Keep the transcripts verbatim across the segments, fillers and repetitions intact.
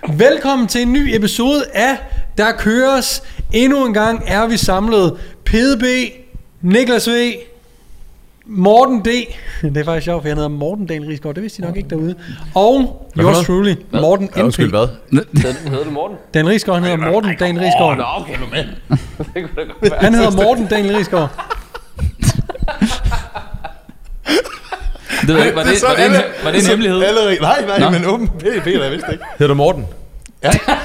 Velkommen til en ny episode af Der Køres. Endnu en gang er vi samlet. Pede B, Niklas V, Morten D. Det er faktisk sjovt, for han hedder Morten Daniel Riisgaard. Det vidste I nok ikke derude. Og yours truly, Morten N P. Undskyld, hvad? Hedder du Morten? Daniel Riisgaard, han hedder Morten Daniel Riisgaard. Nå, okay, nu med. Han hedder Morten Daniel Riisgaard. Det var, var, det, var, det en, var det en hemmelighed? Allerede, nej, nej, Nå. men åben Peter, jeg vidste ikke. Hedder du Morten? Ja.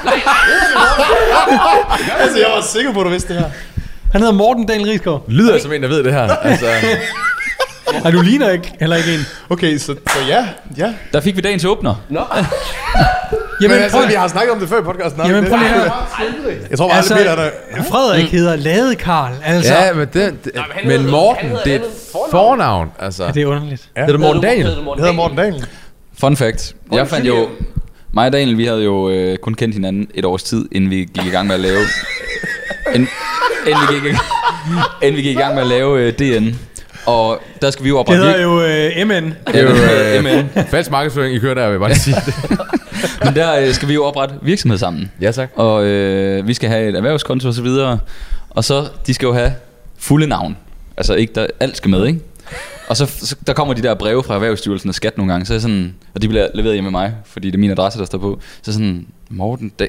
Altså, jeg var sikker på, at du vidste det her. Han hedder Morten Daniel Riisgaard. Lyder som en, der ved det her. Altså, Ej, du ligner ikke heller ikke en. Okay, så, så ja, ja. Der fik vi dagens åbner. Nå. Jamen, Men altså, prøv, vi har snakket om det før i podcasten. har vi jamen, ikke prøv lige det? her. Jeg tror bare Altså, aldrig, Peter, der... Frederik hedder Ladekarl, altså. ja, men, det, det, men han men hedder- Morten, han hedder det er et andet fornavn. fornavn. Altså. Ja, det er underligt. Hedder du Morten Daniel? Jeg hedder Morten Daniel. Fun fact. Jeg fandt jo... Mig og Daniel, vi havde jo øh, kun kendt hinanden et års tid, inden vi gik i gang med at lave... inden, inden, vi gik, inden vi gik i gang med at lave øh, D N. Og der skal vi jo Det oprette... hedder jo øh, M N. Det er jo øh, M N. øh, falsk markedsføring, I kører der, vil jeg bare lige sige det. Men der øh, skal vi jo oprette virksomhed sammen. Ja, tak. Og øh, vi skal have et erhvervskonto og så videre. Og så, de skal jo have fulde navn. Altså ikke, der, alt skal med, ikke? Og så, så der kommer de der breve fra Erhvervsstyrelsen og skat nogle gange, så er sådan, og de bliver leveret hjemme med mig, fordi det er min adresse, der står på. Så sådan, Morten, det...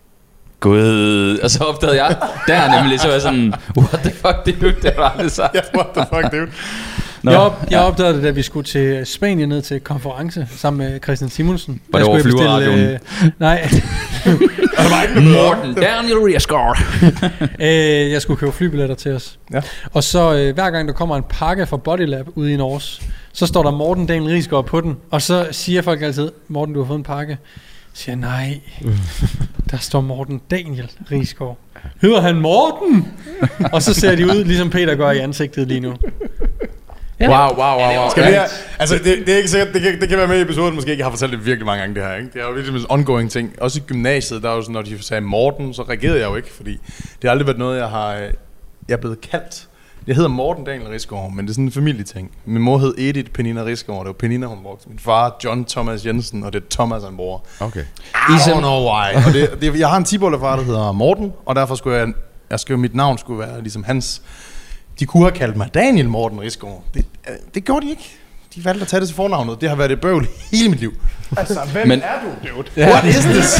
Gud. Og så opdagede jeg, der nemlig, så var jeg sådan, what the fuck, dude, det var det sagt. Ja, what the fuck, dude. Nå, Jeg, op, jeg opdagede det, da vi skulle til Spanien ned til konference sammen med Christian Simonsen. Var det Der over skulle jeg bestille, flyverradioen? øh, nej, Morten Daniel Riisgaard. øh, jeg skulle købe flybilletter til os. Ja. Og så øh, hver gang der kommer en pakke fra Bodylab ude i Norge, så står der Morten Daniel Riisgaard på den. Og så siger folk altid, Morten, du har fået en pakke. Så siger jeg, nej, der står Morten Daniel Riisgaard. Hedder han Morten? Og så ser de ud, ligesom Peter gør i ansigtet lige nu. Ja. Wow, wow, wow, wow. Skal vi her, altså det, det er ikke sikkert, det kan, det kan være med i episoden, måske ikke, jeg har fortalt det virkelig mange gange det her, ikke? Det er jo virkelig en ongoing ting. Også i gymnasiet, der er jo sådan, når de sagde Morten, så reagerede jeg jo ikke, fordi det har aldrig været noget, jeg har, jeg er blevet kaldt. Jeg hedder Morten Daniel Riisgaard, men det er sådan en familieting. Min mor hed Edith Pernilla Riisgaard, det var Pernilla, hun brugte. Min far John Thomas Jensen, og det er Thomas, han bror. Okay. I don't know why. Og det, det, jeg har en tibollefar, der hedder Morten, og derfor skulle jeg, jeg skulle, mit navn skulle være ligesom hans. De kunne have kaldt mig Daniel Morten Riisgaard. Det, det gjorde de ikke. De valgte at tage det til fornavnet. Det har været et bøvl hele mit liv. Altså, hvem Men- er du, dude? Ja. What is this?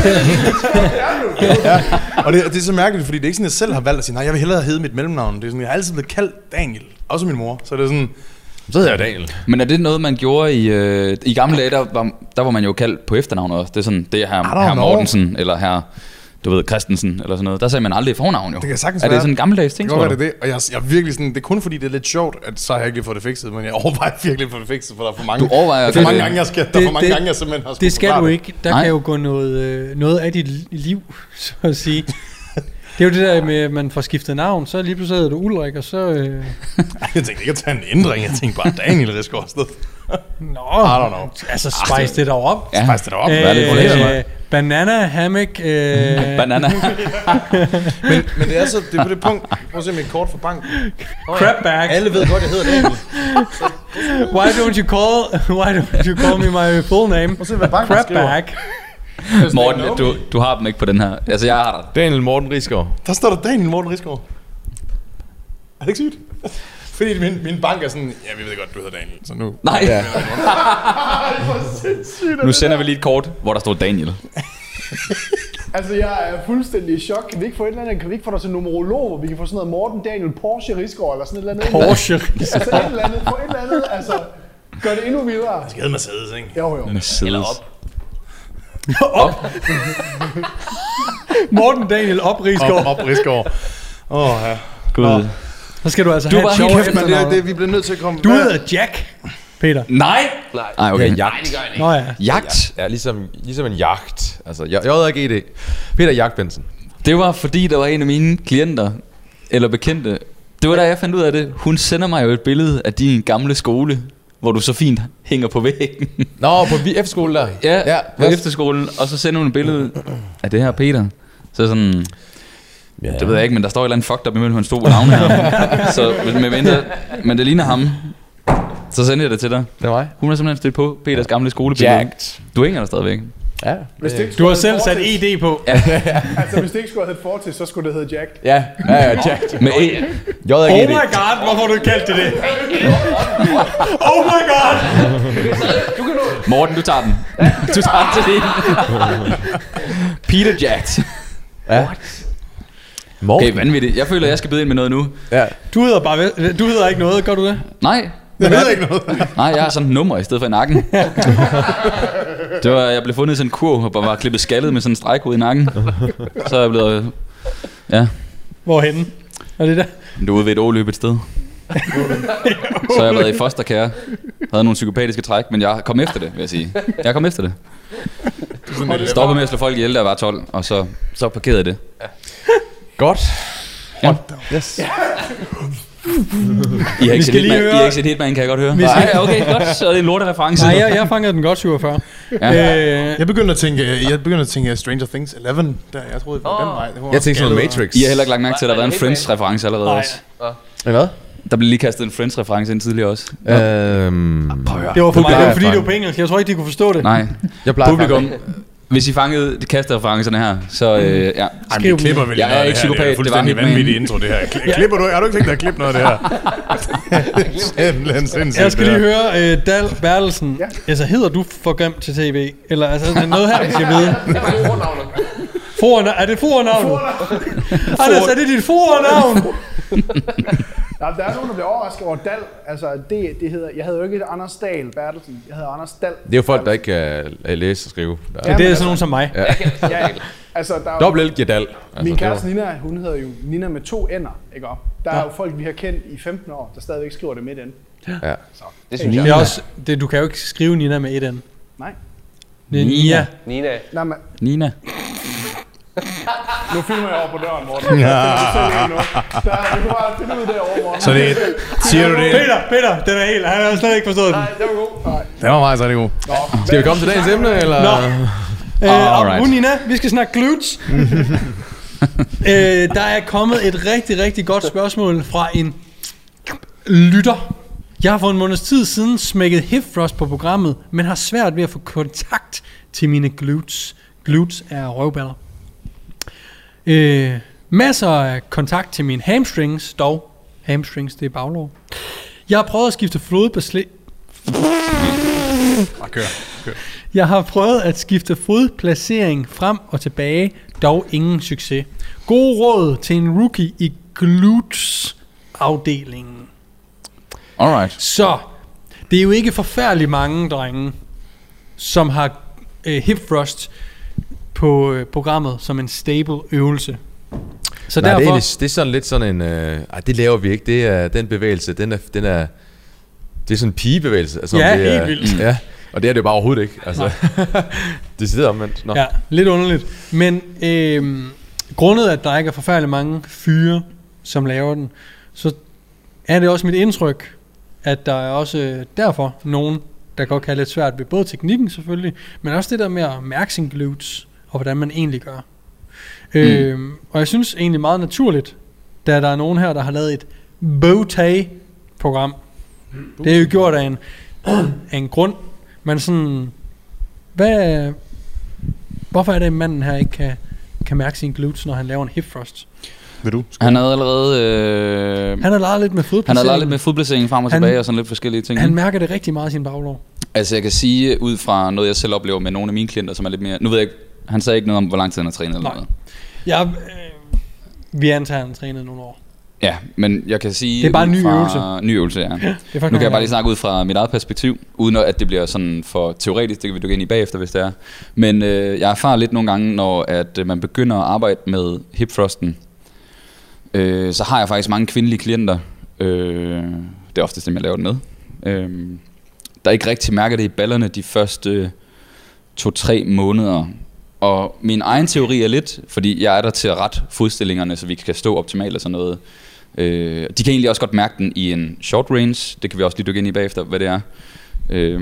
Ja. Og det, det er så mærkeligt, fordi det er ikke sådan, at jeg selv har valgt at sige, nej, jeg vil hellere hedde mit mellemnavn. Det er sådan, jeg har altid blevet kaldt Daniel. Også min mor. Så det er sådan, Så hedder jeg Daniel. Men er det noget, man gjorde i... Øh, I gamle dage, der var, der var man jo kaldt på efternavn også. Det er sådan, det er her, don't her know. Mortensen, eller her, du ved, Christensen, eller sådan noget. Der sagde man aldrig fornavn jo. det kan sagtens Er det være. sådan en gammeldags ting, det kan tror godt du? være det. Og jeg, jeg er virkelig sådan, det er kun fordi, det er lidt sjovt, at så har jeg ikke lige fået det fikset. Men jeg overvejer virkelig at få det fikset, for der er for mange, Du overvejer der er at for gøre mange det. gange, jeg skal, der er for mange gange, jeg simpelthen har skulle Det skal forklare du ikke. Der Nej. kan jo gå noget, øh, noget af dit liv, så at sige. Det er jo det der med, at man får skiftet navn, så lige pludselig hedder du Ulrik, og så... Øh... Jeg tænkte ikke at tage en ændring, jeg tænkte bare Daniel Riisgaard afsted. Nå, I don't know. altså spice det der op. Ja. Spice det op. Vær lidt voldsom. Øh, banana, hammock... Øh... Banana. Men, men det er så, det er på det punkt. Prøv at se mit kort for banken. Crap bag. Alle ved godt, jeg hedder Daniel. Why don't you call... Why don't you call me my full name? Prøv at se, hvad banken Crap skriver. bag. Morten, du, du har dem ikke på den her. Altså, jeg har der. Daniel Morten Riisgaard. Der står der Daniel Morten Riisgaard. Er det ikke sygt? Fordi min, min bank er sådan, ja, vi ved godt, du hedder Daniel, så nu... Nej. Ja. Nu sender vi lige et kort, hvor der står Daniel. Altså, jeg er fuldstændig i chok. Kan vi ikke få et eller andet? Kan vi ikke få dig til numerolog, hvor vi kan få sådan noget Morten Daniel Porsche Riisgaard, eller sådan et eller andet? Porsche. Altså, et eller andet. Få et eller andet, altså... Gør det endnu vildere. Jeg skal hedde Mercedes, ikke? Jo, jo. Eller op. Op. Morten Daniel op, Riisgaard. Op, op Riisgaard. Åh, oh, ja. Gud. Så skal du altså Du have var et helt sjovt Kæft, man, det, efternavn. det, vi bliver nødt til at komme... Du hedder Jack, Peter. Nej. Nej. Ej, okay. Ja, jagt. Nå ja. Jagt. Ja, ligesom, ligesom en jagt. Altså, jeg, jeg hedder ikke det. Peter Jagt Benson. Det var fordi, der var en af mine klienter, eller bekendte. Det var da jeg fandt ud af det. Hun sender mig jo et billede af din gamle skole, hvor du så fint hænger på væggen. Nå, på vi- efterskole der. Ja, ja på efterskolen. Og så sender hun et billede af det her Peter. Så sådan... Ja. Det ved jeg ikke, men der står et eller andet fucked up, imellem hun stod på navnet her. Så med mindre, men det ligner ham. Så sender jeg det til dig. Det er mig. Hun har simpelthen stødt på Peters gamle skolebillede. Jagt. Du hænger der stadigvæk. Ja. Hvis det ikke Du har skulle selv hedde sat Fortis- E D på. Altså, hvis det ikke skulle have heddet Fortis, så skulle det hedde Jack. Ja, ja, ja, Jack. Med E. J Oh og my G D. god, hvorfor har du kaldt det det? Oh my god! Morten, du tager den. Du tager den til det. Peter Jacked. Ja. Morten. Okay, vanvittigt. Jeg føler, jeg skal byde ind med noget nu. Ja. Du hedder bare vel- du hedder ikke noget, gør du det? Nej. Jeg ved ikke noget. Nej, jeg har sådan et nummer i stedet for i nakken. Det var, jeg blev fundet i sådan en kurv, og bare var klippet skaldet med sådan en stregkode i nakken. Så er jeg blevet... Ja, Hvorhenne? Er det der? du er ude ved et åløb et sted. Så har jeg været i fosterkære. Havde nogle psykopatiske træk, men jeg kom efter det, vil jeg sige. Jeg kom efter det. Jeg stoppede med at slå folk ihjel, da jeg var tolv, og så, så parkerede jeg det. Godt. Ja. Yes. I har ikke skal set lige Hitman, høre- I har ikke set Hitman, kan jeg godt høre. Vi skal- Nej, okay, godt. Så er det en lortereference. Nej, jeg, jeg fangede den godt syvogfyrre. Ja. Øh, Jeg begynder at tænke, jeg begynder at tænke Stranger Things elleve. Der, jeg troede, det var den vej. Det var Jeg tænkte sådan noget skaldet. Matrix. I har heller ikke lagt mærke til, at der har været en Friends-reference allerede Nej. også. Hvad? Der blev lige kastet en Friends-reference ind tidligere også. Øhm, det var for mig, det var Publikum- fordi det var på engelsk. Jeg tror ikke, de kunne forstå det. Nej, jeg plejer publikum. Hvis I fangede de kastereferencerne her, så øh, ja. Ej, Skriv men vi klipper vel Jeg noget er af ikke det her. psykopat, Det er det var fuldstændig Hitman. vanvittig intro, det her. Kli- Klipper du? Har du ikke tænkt dig at klippe noget af det her? Simpelthen sindssygt. Jeg skal det lige her. høre, uh, Dal Bertelsen. Ja. Altså, hedder du for grimt til tv? Eller altså, er det noget her, vi skal vide? Fornavn. Er det fornavn? Anders, er det dit fornavn? Ja, der er nogen, der bliver overrasket over Dal. Altså, det, det hedder, jeg hedder jo ikke Anders Dahl Bertelsen. Jeg hedder Anders Dal. Det er jo folk, der ikke kan øh, læse og skrive. Der Ja, er det er sådan nogen som mig. Ja, altså, der er jo, dobbelt L giver dal. Altså, min det var- kæreste Nina, hun hedder jo Nina med to ender, ikke op? Der er jo folk, vi har kendt i femten år, der stadigvæk skriver det midt ind. Ja. Det synes Det jeg. er også, det, du kan jo ikke skrive Nina med et N. Nej. Det er Nina. Nia. Nina. Nej, men Nina. nu filmer jeg over på døren, Morten. Jeg finder selv en nu. Der, du kan bare finde ud derovre, Morten. Så det er, siger du det? Peter, Peter, den er helt. Han har slet ikke forstået den. Nej, det var god. Nej. Den var meget så er det god. Nå, Skal vi komme til dagens emne, eller? Nå. Øh, Alright. og Nina, vi skal snakke glutes. øh, der er kommet et rigtig, rigtig godt spørgsmål fra en lytter. Jeg har for en måneds tid siden smækket hip thrust på programmet, men har svært ved at få kontakt til mine glutes. Glutes er røvballer. Øh, masser af kontakt til mine hamstrings, dog. Hamstrings, det er baglår. Jeg har prøvet at skifte fodbasle... Bare kør. kør. Jeg har prøvet at skifte fodplacering frem og tilbage, dog ingen succes. God råd til en rookie i glutes-afdelingen. Alright. Så, det er jo ikke forfærdeligt mange drenge, som har øh, hip thrust på øh, programmet som en stable øvelse. Så Nej, derfor... det, er egentlig, det er sådan lidt sådan en... Øh, ej, det laver vi ikke. Det er den bevægelse, den er... Den er det er sådan en pigebevægelse. Altså, Ja, om det helt er, vildt. Ja, og det er det jo bare overhovedet ikke. Altså, det sidder omvendt. Nå. Ja, lidt underligt. Men øh, grundet at der ikke er forfærdeligt mange fyre, som laver den, så er det også mit indtryk, at der er også derfor nogen, der godt kan have lidt svært ved både teknikken selvfølgelig, men også det der med at mærke sin glutes, og hvordan man egentlig gør. Mm. Øh, og jeg synes egentlig meget naturligt, da der er nogen her, der har lavet et bowtie-program. Det er jo gjort af en, af en grund, men sådan, hvad, hvorfor er det, at manden her ikke kan, kan mærke sin glutes, når han laver en hip thrust? Vil du? Han havde allerede... Øh, Han har leget lidt med han fodplacering. havde leget lidt med fodplacering frem og Han- tilbage og sådan lidt forskellige ting. Han mærker det rigtig meget i sin baglår. Altså jeg kan sige, ud fra noget jeg selv oplever med nogle af mine klienter, som er lidt mere... Nu ved jeg ikke, han sagde ikke noget om, hvor lang tid han har trænet eller Nej. noget. Ja, øh, vi antager, at han trænet nogle år. Ja, men jeg kan sige... Det er bare en ud ny fra, øvelse. Ny øvelse, ja. Det er faktisk Nu kan jeg bare lige snakke ud fra mit eget perspektiv, uden at det bliver sådan for teoretisk, det kan vi dykke ind i bagefter, hvis det er. Men øh, jeg erfarer lidt nogle gange, når at øh, man begynder at arbejde med hip thrusten, øh, så har jeg faktisk mange kvindelige klienter, øh, det er oftest dem, jeg laver det med, øh, der ikke rigtig mærker det i ballerne de første to-tre måneder. Og min egen teori er lidt, fordi jeg er der til at rette fodstillingerne, så vi kan stå optimalt og sådan noget. Øh, de kan egentlig også godt mærke den i en short range. Det kan vi også lige dykke ind i bagefter, hvad det er. Øh,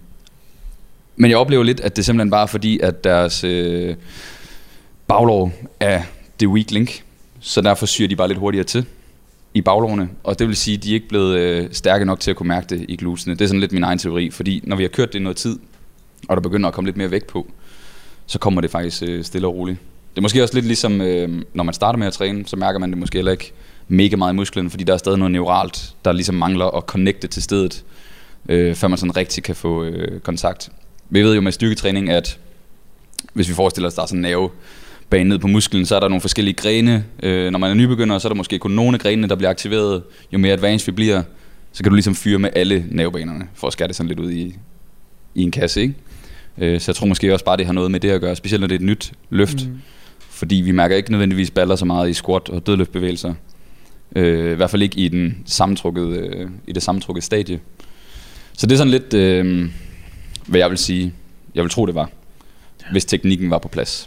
men jeg oplever lidt, at det simpelthen bare er fordi, at deres øh, baglår er det weak link. Så derfor syr de bare lidt hurtigere til i baglårene. Og det vil sige, at de er ikke blevet øh, stærke nok til at kunne mærke det i glusene. Det er sådan lidt min egen teori, fordi når vi har kørt det i noget tid, og der begynder at komme lidt mere vægt på, så kommer det faktisk øh, stille og roligt. Det er måske også lidt ligesom, øh, når man starter med at træne, så mærker man det måske heller ikke mega meget i musklerne, fordi der er stadig noget neuralt, der ligesom mangler at connecte til stedet, øh, før man sådan rigtig kan få øh, kontakt. Vi ved jo med styrketræning, at hvis vi forestiller os, der er sådan en nervebane ned på musklen, så er der nogle forskellige grene. Øh, når man er nybegynder, så er der måske kun nogle af grenene, der bliver aktiveret. Jo mere advanced vi bliver, så kan du ligesom fyre med alle nervebanerne, for at skære det sådan lidt ud i, i en kasse, ikke? Øh, så jeg tror måske også bare, det har noget med det at gøre, specielt når det er et nyt løft. Mm. Fordi vi mærker ikke nødvendigvis baller så meget i squat og dødløftbevægelser. Øh, I hvert fald ikke i, den sammentrukket, øh, i det sammentrukket stadie. Så det er sådan lidt, øh, hvad jeg vil sige, jeg vil tro det var, hvis teknikken var på plads.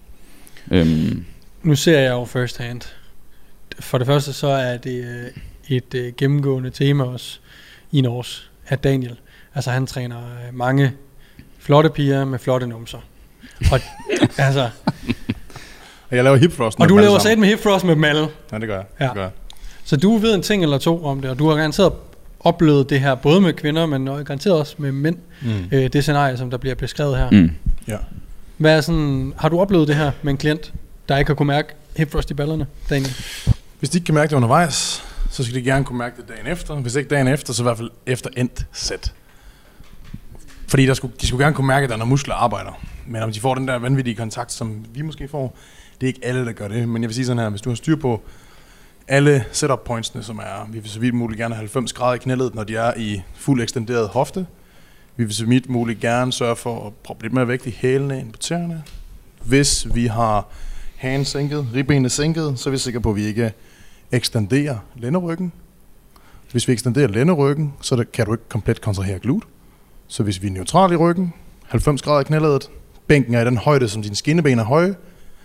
Øhm. Nu ser jeg jo first hand. For det første så er det øh, et øh, gennemgående tema også i Norge, at Daniel, altså han træner øh, mange flotte piger med flotte numser. Og altså... Jeg laver hip thrust. Og du laver sat med hip thrust med dem alle. Ja, det gør jeg. Ja. Det gør jeg. Så du ved en ting eller to om det, og du har garanteret oplevet det her, både med kvinder, men garanteret også med mænd. Mm. Øh, det scenarie, som der bliver beskrevet her. Mm. Ja. Hvad er sådan, har du oplevet det her med en klient, der ikke har kunne mærke hip thrust i ballerne, Daniel? Hvis de ikke kan mærke det undervejs, så skal de gerne kunne mærke det dagen efter. Hvis ikke dagen efter, så i hvert fald efter endt sæt. Fordi der skulle, de skulle gerne kunne mærke, at der er, når muskler arbejder. Men om de får den der vanvittige kontakt, som vi måske får, det er ikke alle, der gør det. Men jeg vil sige sådan her, hvis du har styr på alle setup pointsene, som er, vi vil så vidt muligt gerne have halvfems grader i knælet, når de er i fuld ekstenderet hofte. Vi vil så vidt muligt gerne sørge for at proppe lidt mere vægt i hælene end på tæerne. Hvis vi har hagen sænket, ribbenene sænket, så er vi sikre på, at vi ikke ekstenderer lænderyggen. Hvis vi ekstenderer lænderyggen, så der, kan du ikke komplet kontrahere glut. Så hvis vi er neutrale i ryggen, halvfems grader i knæledet, bænken er i den højde, som dine skinneben er høje,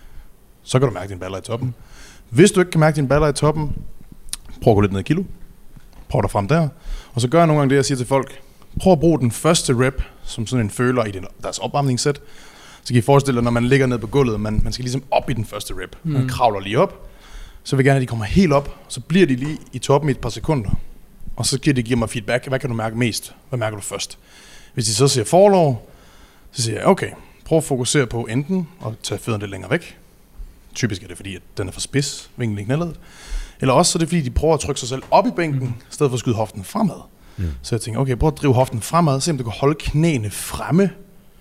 så kan du mærke dine baller i toppen. Hvis du ikke kan mærke dine baller i toppen, prøv at gå lidt ned i kilo. Prøv dig frem der. Og så gør jeg nogle gange det, jeg siger til folk. Prøv at bruge den første rep som sådan en føler i deres opvarmningssæt. Så kan I forestille dig, når man ligger ned på gulvet, man, man skal ligesom op i den første rep. Mm. Man kravler lige op. Så vil jeg gerne, at de kommer helt op. Så bliver de lige i toppen i et par sekunder. Og så giver de giver mig feedback. Hvad kan du mærke mest? Hvad mærker du først? Hvis de så siger forlov, så siger jeg, okay, prøv at fokusere på enten at tage fødderne lidt længere væk. Typisk er det, fordi at den er for spids, vinklen i knæledet. Eller også så er det, fordi de prøver at trykke sig selv op i bænken, mm. i stedet for at skyde hoften fremad. Mm. Så jeg tænker, okay, prøv at drive hoften fremad, se om du kan holde knæene fremme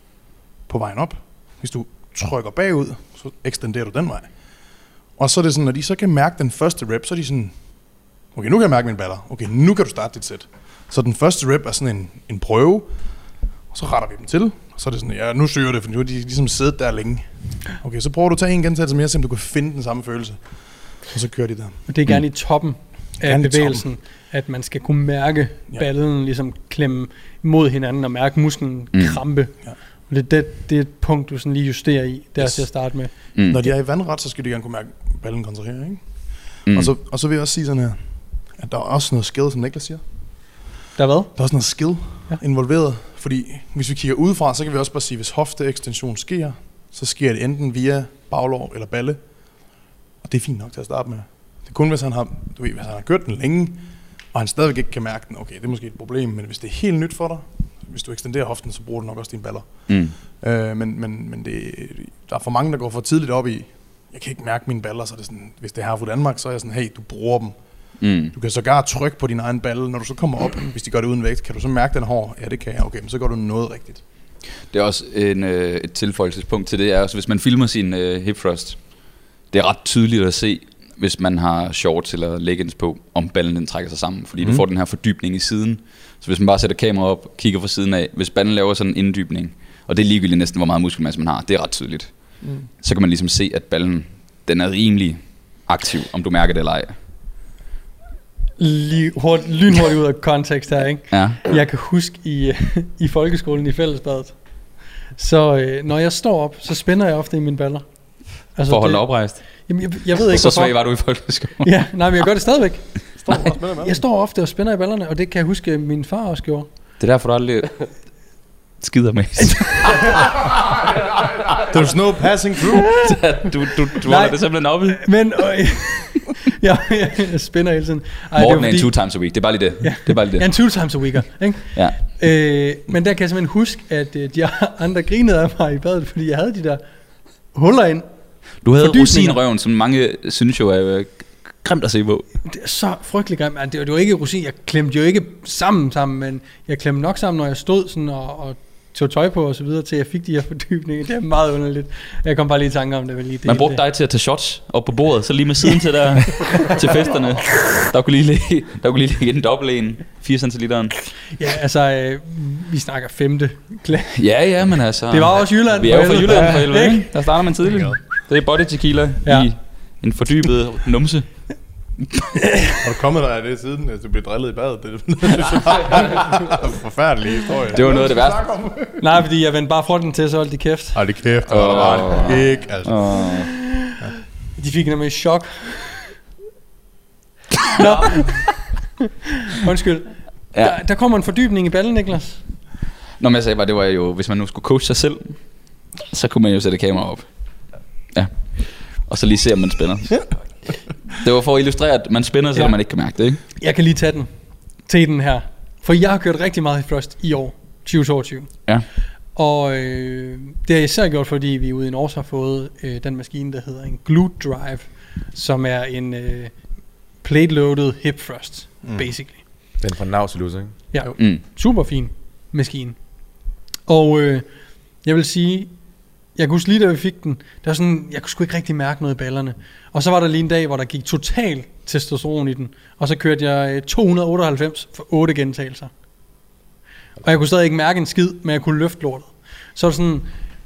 på vejen op. Hvis du trykker bagud, så ekstenderer du den vej. Og så er det sådan, når de så kan mærke den første rep, så er de sådan, okay, nu kan jeg mærke mine baller. Okay, nu kan du starte dit sæt. Så den første rep er sådan en, en prøve, og så retter vi dem til. Og så er det sådan, ja, nu søger det, for nu er de ligesom siddet der længe. Okay, så prøver du at tage en gentagelse mere, så du kan finde den samme følelse. Og så kører de der. Og det er gerne mm. i toppen af gerne bevægelsen, toppen. At man skal kunne mærke ja. ballen ligesom klemme mod hinanden, og mærke musklen mm. krampe. Ja. Og det, det, det er et punkt, du sådan lige justerer i, der yes. til at starte med. Mm. Når de er i vandret, så skal de gerne kunne mærke ballen kontrahere, ikke? Mm. Og, så, og så vil jeg også sige sådan her, at der er også noget skill, som Niklas siger. Der hvad? Der er også noget skill ja. involveret, fordi hvis vi kigger udefra, så kan vi også bare sige, hvis hofteekstension sker, så sker det enten via baglår eller balle, og det er fint nok til at starte med. Det er kun, hvis han har, du ved, hvis han har kørt den længe, og han stadigvæk ikke kan mærke den, okay, det er måske et problem, men hvis det er helt nyt for dig, hvis du ekstenderer hoften, så bruger du nok også dine baller. Mm. Øh, men men, men det, der er for mange, der går for tidligt op i, jeg kan ikke mærke mine baller, så er det sådan, hvis det er her for Danmark, så er jeg sådan, hey, du bruger dem. Mm. Du kan sågar trykke på din egen balle, når du så kommer op, hvis de gør det uden vægt, kan du så mærke den hård? Ja, det kan jeg. Okay, men så gør du noget rigtigt. Det er også en, øh, et tilføjelsespunkt til det, er også, hvis man filmer sin øh, hip thrust, det er ret tydeligt at se, hvis man har shorts eller leggings på, om ballen den trækker sig sammen, fordi mm. du får den her fordybning i siden. Så hvis man bare sætter kameraet op, kigger fra siden af, hvis ballen laver sådan en inddybning, og det er ligegyldigt næsten, hvor meget muskelmasse man har, det er ret tydeligt. Mm. Så kan man ligesom se, at ballen, den er rimelig aktiv, om du mærker det eller ej. Lige hurtigt, lynhurtigt ud af kontekst her, ikke? Ja. Jeg kan huske i, i folkeskolen i fællesbadet, så øh, når jeg står op, så spænder jeg ofte i mine baller. Altså, for at holde det, oprejst? Jamen, jeg, jeg ved ikke, så svag var du i folkeskolen. Ja, nej, men jeg gør det stadigvæk. Står jeg står ofte og spænder i ballerne, og det kan jeg huske, at min far også gjorde. Det er derfor, du aldrig skider med. There's no passing through. du du, du holder det simpelthen oppe. Men, øh, jeg, jeg spænder hele tiden. Ej, Morten er en two times a week, det er bare lige det. Ja, det er bare lige det. Jeg er en two times a weeker, ikke? Ja. Øh, men der kan jeg simpelthen huske, at øh, de andre grinede af mig i badet, fordi jeg havde de der huller ind. Du havde Fordybninger. rosinrøven, som mange synes jo er øh, grimt at se på. Det er så frygtelig grimt. Altså, det var, det var ikke rosin, jeg klemte jo ikke sammen sammen, men jeg klemte nok sammen, når jeg stod sådan og, og tog tøj på og så videre, til jeg fik de her fordybninger. Det er meget underligt. Jeg kom bare lige i tanke om det. Lige Man brugte dig til at tage shots op på bordet, så lige med siden til der til festerne. Der kunne lige ligge, der kunne lige ligge en dobbelt en, fire centiliteren. Ja, altså, øh, vi snakker femte klasse. Ja, ja, men altså... Det var også Jylland. Vi er jo fra helvede. Jylland for helvede, Ja, ikke? Der starter man tidligt. Det er body tequila Ja. i en fordybet numse. Har du kommet der af det siden, at du blev drillet i badet? Det er en forfærdelig historie. Det var noget af det værste. Nej, fordi jeg vendte bare fronten til, så holdt de kæft. Ej, det kæft, og der var det ikke, altså. Og De fik nemlig chok. Nå. Undskyld. Ja. Der, der kommer en fordybning i ballen, Niklas. Nå, men jeg sagde bare, det var jo, hvis man nu skulle coache sig selv, så kunne man jo sætte kamera op. Ja. Og så lige se, om man spænder. Det var for at illustrere, at man spænder, selvom Ja. man ikke kan mærke det, ikke? Jeg kan lige tage den til den her. For jeg har kørt rigtig meget i Frost i år, tyve toogtyve. Ja. Og øh, det har jeg især gjort, fordi vi ude i Norge har fået øh, den maskine, der hedder en glute drive, som er en øh, plate-loaded hip thrust, mm. basically. Den fra Nautilus, ikke? Ja, Mm. super fin maskine. Og øh, jeg vil sige, jeg kunne huske lige da vi fik den, der var sådan, jeg kunne sgu ikke rigtig mærke noget i ballerne. Og så var der lige en dag, hvor der gik total testosteron i den, og så kørte jeg øh, to hundrede otteoghalvfems for otte gentagelser. Og jeg kunne stadig ikke mærke en skid, men jeg kunne løfte lortet. Så var det sådan,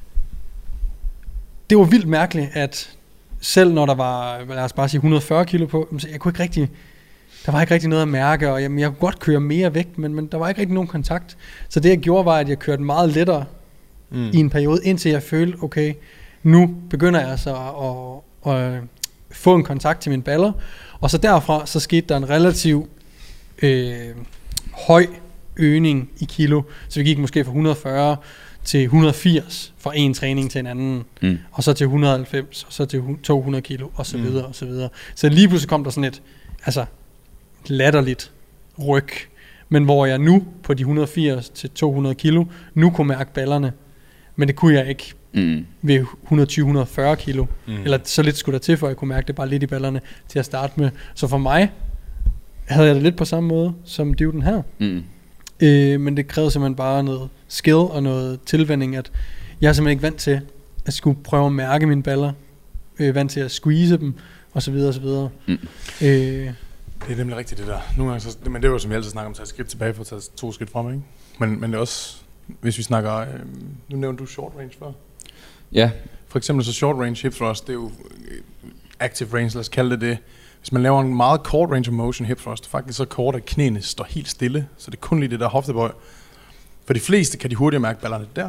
det var vildt mærkeligt, at selv når der var, lad os bare sige, et hundrede og fyrre kilo på, så jeg kunne ikke rigtig, der var ikke rigtig noget at mærke, og jeg, jeg kunne godt køre mere vægt, men, men der var ikke rigtig nogen kontakt. Så det jeg gjorde var, at jeg kørte meget lettere mm. i en periode, indtil jeg følte, okay, nu begynder jeg altså at, at, at få en kontakt til mine baller. Og så derfra, så skete der en relativ øh, høj øgning i kilo. Så vi gik måske fra et hundrede og fyrre til et hundrede og firs fra en træning til en anden, Mm. og så til et hundrede og halvfems, og så til to hundrede kilo, og så videre, og så videre. Så lige pludselig kom der sådan et, altså, latterligt ryg, men hvor jeg nu på de et hundrede og firs til to hundrede kilo, nu kunne mærke ballerne, men det kunne jeg ikke Mm. ved et hundrede og tyve til et hundrede og fyrre kilo, mm. eller så lidt skulle der til, for jeg kunne mærke det bare lidt i ballerne til at starte med. Så for mig havde jeg det lidt på samme måde som dyvden her. Mm. Øh, men det krævede simpelthen bare noget skill og noget tilvænning, at jeg er simpelthen ikke vant til at skulle prøve at mærke mine baller, øh, vant til at squeeze dem, og så videre, og så videre. Mm. Øh, Det er nemlig rigtigt, det der. Nogle gange så, men det er jo, som jeg altid snakker om, at tage et skridt tilbage for at tage to skridt frem, ikke? Men, men det er også, hvis vi snakker, øh, nu nævnte du short range før. Ja. For eksempel så short range hip thrust, det er jo øh, active range, lad os kalde det det. Hvis man laver en meget kort range of motion hip thrust, faktisk så kort, at knæene står helt stille, så det er kun lige det der hoftebøj. For de fleste kan de hurtigt mærke ballerne der.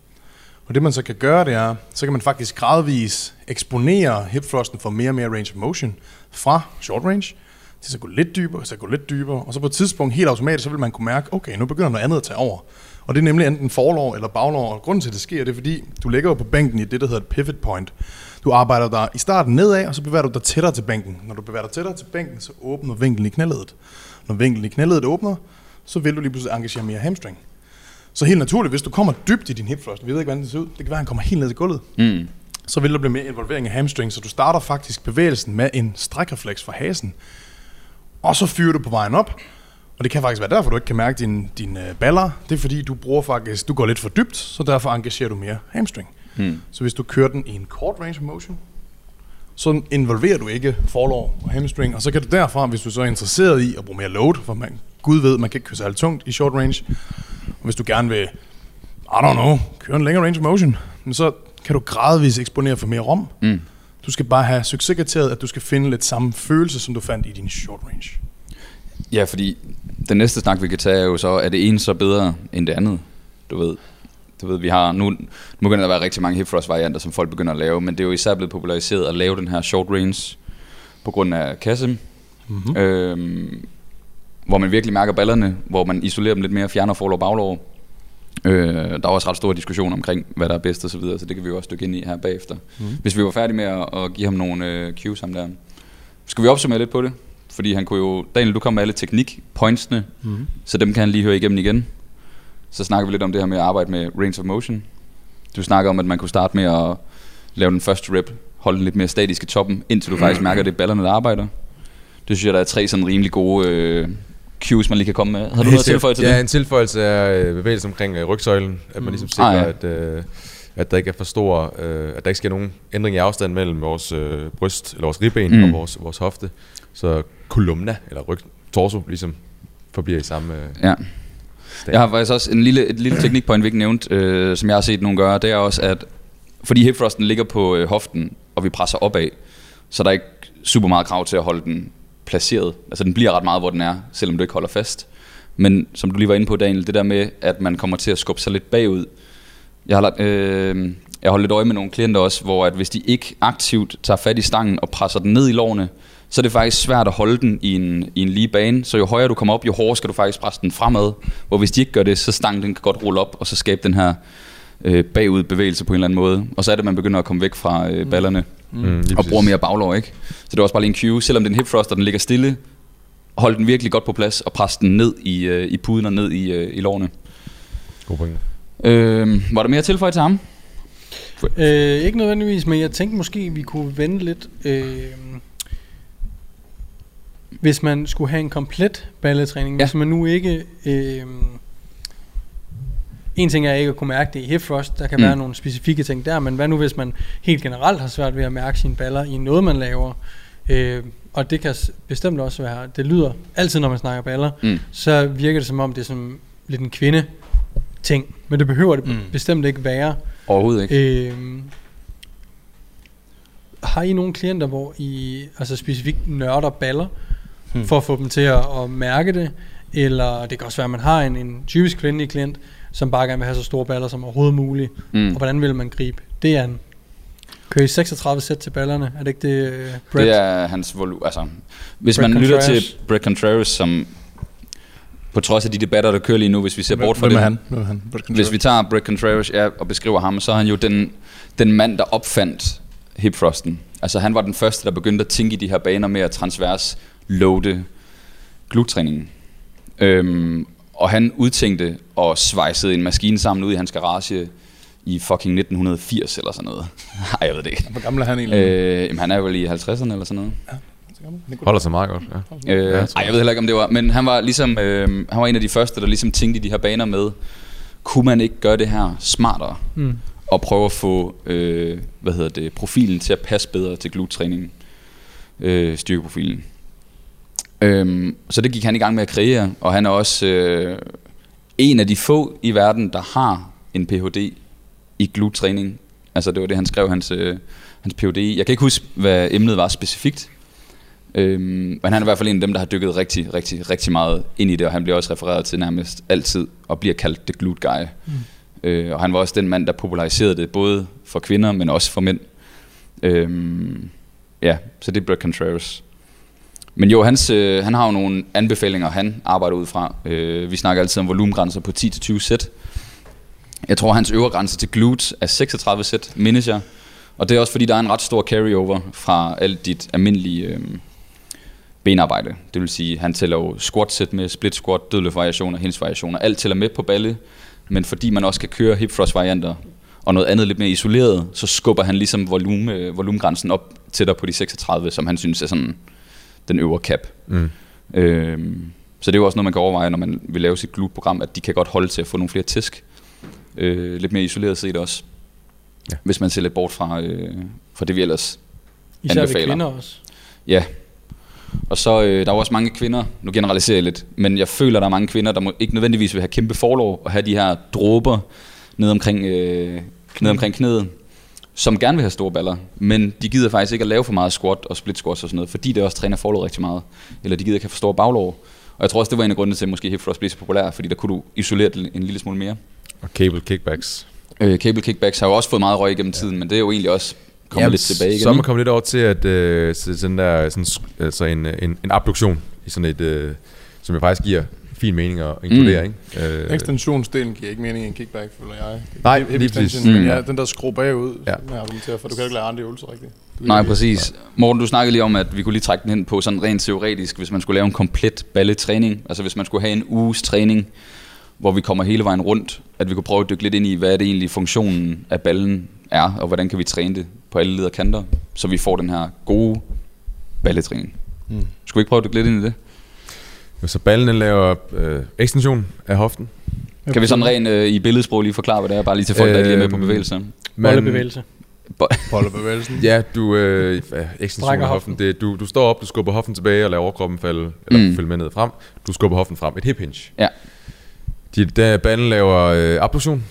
Og det man så kan gøre, det er, så kan man faktisk gradvis eksponere hip thrusten for mere og mere range of motion fra short range til så gå lidt dybere, så gå lidt dybere, og så på et tidspunkt helt automatisk, så vil man kunne mærke, okay, nu begynder noget andet at tage over. Og det er nemlig enten forlår eller baglår, og grunden til, at det sker, det er fordi, du ligger jo på bænken i det, der hedder et pivot point. Du arbejder der i starten nedad, og så bevæger du dig tættere til bænken. Når du bevæger dig tættere til bænken, så åbner vinklen i knæledet. Når vinklen i knæledet åbner, så vil du lige pludselig engagere mere hamstring. Så helt naturligt, hvis du kommer dybt i din hip thrust, vi ved ikke, hvordan det ser ud, det kan være, at han kommer helt ned til gulvet, Mm. så vil der blive mere involvering af hamstring, så du starter faktisk bevægelsen med en strækrefleks fra hasen, og så fyrer du på vejen op, og det kan faktisk være derfor, du ikke kan mærke dine din, uh, baller. Det er fordi, du bruger faktisk, du går lidt for dybt, så derfor engagerer du mere hamstring. Mm. Så hvis du kører den i en kort range of motion, så involverer du ikke forlår og hamstring, og så kan du derfra, hvis du så er interesseret i at bruge mere load, for man, Gud ved, man kan ikke køre særlig tungt i short range, og hvis du gerne vil, I don't know, køre en længere range of motion, så kan du gradvist eksponere for mere rom. Mm. Du skal bare have succeskriteriet, at du skal finde lidt samme følelse, som du fandt i din short range. Ja, fordi den næste snak, vi kan tage, er jo så, er det ene så bedre end det andet? Du ved, du ved vi har, nu, nu begynder der at være rigtig mange hip thrust varianter, som folk begynder at lave, men det er jo især blevet populariseret at lave den her short range på grund af Kasim, mm-hmm. øhm, hvor man virkelig mærker ballerne, hvor man isolerer dem lidt mere, fjerner forlår og baglår. Øh, der er også ret stor diskussion omkring, hvad der er bedst og så videre, så det kan vi jo også dykke ind i her bagefter. Mm. Hvis vi var færdige med at, at give ham nogle øh, cues ham der. skal vi opsummere lidt på det? Fordi han kunne jo... Daniel, du kom med alle teknik-pointsene, mm. så dem kan han lige høre igennem igen. Så snakker vi lidt om det her med at arbejde med range of motion. Du snakker om, at man kunne starte med at lave den første rep, holde den lidt mere statisk i toppen, indtil du faktisk mærker, at det er ballerne, der arbejder. Det synes jeg, der er tre sådan rimelig gode øh, cues, man lige kan komme med. Har du noget tilføje til ja, det? Ja, en tilføjelse er bevægelse omkring øh, rygsøjlen, at man mm. ligesom sikrer, ah, ja. at, øh, at der ikke er for stor, øh, at der ikke sker nogen ændring i afstand mellem vores øh, bryst, eller vores ribben mm. og vores, vores hofte. Så kolumna, eller ryg, torso, ligesom forbliver i samme... Øh, ja. Jeg har faktisk også en lille, et lille teknikpoint, vi ikke nævnt, øh, som jeg har set nogen gøre. Det er også, at fordi hip thrusten ligger på øh, hoften, og vi presser opad, så der er ikke super meget krav til at holde den placeret. Altså den bliver ret meget, hvor den er, selvom du ikke holder fast. Men som du lige var inde på, Daniel, det der med, at man kommer til at skubbe sig lidt bagud. Jeg har, øh, jeg har holdt lidt øje med nogle klienter også, hvor at hvis de ikke aktivt tager fat i stangen og presser den ned i lårene, så er det faktisk svært at holde den i en, i en lige bane. Så jo højere du kommer op, jo hårdere skal du faktisk presse den fremad. Hvor hvis de ikke gør det, så stangen den kan godt rulle op, og så skabe den her øh, bagud bevægelse på en eller anden måde. Og så er det, man begynder at komme væk fra øh, ballerne mm. og bruger mere baglov, ikke? Så det er også bare lige en cue. Selvom den hip thruster, den ligger stille, hold den virkelig godt på plads og pres den ned i, øh, i puden og ned i, øh, i lårene. God point. Øh, var der mere tilføje til ham? Øh, ikke nødvendigvis, men jeg tænkte måske, vi kunne vende lidt... Øh, hvis man skulle have en komplet balletræning, ja. Hvis man nu ikke... Øh, en ting er ikke at kunne mærke det i hip thrust, der kan mm. være nogle specifikke ting der, men hvad nu hvis man helt generelt har svært ved at mærke sine baller i noget, man laver? Øh, og det kan bestemt også være, det lyder altid, når man snakker baller, mm. så virker det som om, det er som lidt en kvinde ting, men det behøver det mm. bestemt ikke være. Overhovedet ikke. Øh, har I nogle klienter, hvor I altså specifikt nørder baller, hmm. for at få dem til at, at mærke det, eller det kan også være, at man har en, en typisk kvindelig klient, som bare gerne vil have så store baller som overhovedet muligt, mm. og hvordan vil man gribe? Det er en... Kører I seksogtredive sæt til ballerne? Er det ikke det, uh, Brett? Det er hans volumen. Altså, hvis Brett man Contreras. lytter til Brett Contreras, som på trods af de debatter, der kører lige nu, hvis vi ser bort fra Hvem det. er han? Hvem er han? Hvis vi tager Brett Contreras ja, og beskriver ham, så er han jo den, den mand, der opfandt hip thrusten. Altså han var den første, der begyndte at tænke i de her baner med at transvers loade gluttræningen. Øhm, og han udtænkte og svejsede en maskine sammen ud i hans garage i fucking nitten firs eller sådan noget. Nej, jeg ved det ikke. Hvor gammel er han egentlig? Øh, jamen, han er vel i halvtredserne eller sådan noget. Ja. Holder sig meget godt, ja. Øh, ja, jeg, ej, jeg ved heller ikke, om det var, men han var ligesom, øh, han var en af de første, der ligesom tænkte i de her baner med, kunne man ikke gøre det her smartere, mm. og prøve at få, øh, hvad hedder det, profilen til at passe bedre til gluttræningen, øh, styrkeprofilen. Øh, så det gik han i gang med at kreere, og han er også øh, en af de få i verden, der har en P H D i gluttræning. Altså det var det, han skrev hans, øh, hans P H D i. Jeg kan ikke huske, hvad emnet var specifikt, Øhm, men han er i hvert fald en af dem, der har dykket rigtig, rigtig, rigtig meget ind i det, og han bliver også refereret til nærmest altid, og bliver kaldt the glute guy. Mm. Øh, og han var også den mand, der populariserede det, både for kvinder, men også for mænd. Øhm, ja, så det er Brett Contreras. Men jo, hans, øh, han har jo nogle anbefalinger, han arbejder ud fra. Øh, vi snakker altid om volumengrænser på ti til tyve sæt. Jeg tror, hans øvre grænse til glute er seksogtredive sæt, mindes jeg. Og det er også fordi, der er en ret stor carryover fra alt dit almindelige øh, benarbejde. Det vil sige, han tæller jo squat-sæt med, split squat, dødløft-variationer, hinge-variationer. Alt tæller med på balle, men fordi man også kan køre hip thrust-varianter og noget andet lidt mere isoleret, så skubber han ligesom volume, volumengrænsen op tættere på de seksogtredive, som han synes er sådan den øvre cap. Mm. Øhm, så det er jo også noget, man kan overveje, når man vil lave sit glute-program, at de kan godt holde til at få nogle flere tæsk. Øh, lidt mere isoleret set også. Ja. Hvis man ser lidt bort fra, øh, fra det, vi ellers især anbefaler. Især kvinder også. Ja. Og så øh, der er også mange kvinder, nu generaliserer jeg lidt, men jeg føler, der er mange kvinder, der må, ikke nødvendigvis vil have kæmpe forlov og have de her dråber ned omkring, øh, ned omkring knæet, som gerne vil have store baller, men de gider faktisk ikke at lave for meget squat og split squats og sådan noget, fordi det også træner forlov rigtig meget, eller de gider ikke have for store baglov. Og jeg tror også, det var en af grundene til, at måske hip thrust blev så populær, fordi der kunne du isolere det en lille smule mere. Og cable kickbacks. Øh, cable kickbacks har jo også fået meget røg igennem tiden, men det er jo egentlig også kommet lidt tilbage igen. Så er man kommet lidt over til at øh, sådan der, sådan, altså en, en, en abduktion i sådan et, øh, som jeg faktisk giver fin mening at inkludere, Mm. ikke? Øh, Ekstensionsdelen giver ikke mening i en kickback, føler jeg. Nej, Hip lige extension, præcis. Men Mm. ja, den der skrue bagud, Ja. ja. Som jeg argumenterer for, du kan ikke lade andre øvelser rigtigt. Du Nej, kan- præcis. Morten, du snakkede lige om, at vi kunne lige trække den hen på sådan rent teoretisk, hvis man skulle lave en komplet balletræning. Altså hvis man skulle have en uges træning, hvor vi kommer hele vejen rundt, at vi kunne prøve at dykke lidt ind i, hvad er det egentlig funktionen af ballen er, og hvordan kan vi træne det på alle leder kanter, så vi får den her gode balletræning. Mm. Skal vi ikke prøve at dykke lidt ind i det? Så ballen den laver øh, ekstension af hoften. Kan vi sådan rent øh, i billedsprog lige forklare, hvad det er, bare lige til folk, der ikke lige er med på Øhm, bevægelsen? Bollebevægelse. Bollebevægelsen. Ja, du øh, ja, ekstension Strækker af hoften. Det, du, du står op, du skubber hoften tilbage og lader overkroppen falde, eller Mm. mm. følge med ned frem. Du skubber hoften frem. Et hip hinge. Ja. De, der ballen laver øh, abduktion,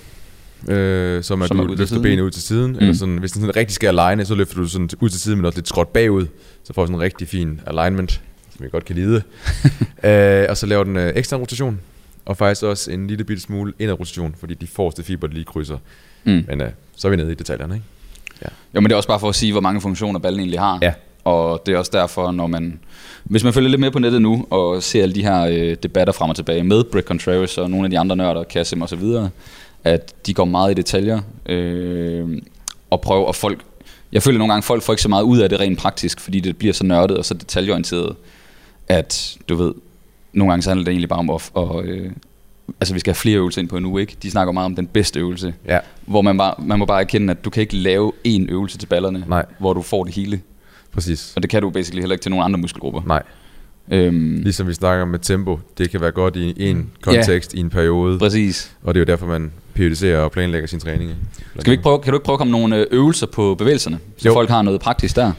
øh, som at Som er du ud til løfter siden. benet ud til siden. Mm. Mm. Eller sådan, hvis den sådan rigtig skal align, så løfter du sådan ud til siden, men også lidt skråt bagud. Så får du sådan en rigtig fin alignment, som jeg godt kan lide. øh, og så laver den øh, ekstern rotation. Og faktisk også en lille bitte smule indad rotation, fordi de forreste fiber lige krydser. Mm. Men øh, så er vi nede i detaljerne, ikke? Jo, men det er også bare for at sige, hvor mange funktioner ballen egentlig har. Ja. Og det er også derfor, når man... Hvis man følger lidt med på nettet nu, og ser alle de her øh, debatter frem og tilbage med Brett Contreras og nogle af de andre nørder, Kasim og så videre, at de går meget i detaljer, øh, og prøver, og folk... Jeg føler nogle gange, folk får ikke så meget ud af det rent praktisk, fordi det bliver så nørdet og så detaljeorienteret, at du ved, nogle gange så handler det egentlig bare om at... Og, øh, altså vi skal have flere øvelser ind på en uge, ikke? De snakker meget om den bedste øvelse, Ja. hvor man, bare, man må bare erkende, at du kan ikke lave én øvelse til ballerne, Nej. hvor du får det hele. Præcis. Og det kan du basically heller ikke til nogle andre muskelgrupper. Nej. Øhm, Ligesom vi snakker med tempo, det kan være godt i en kontekst, ja. I en periode, præcis. og det er jo derfor, man periodiserer og planlægger sin træning. Ikke? Skal vi ikke prøve, kan du ikke prøve at komme nogle øh, øvelser på bevægelserne, så Jo. folk har noget praktisk der?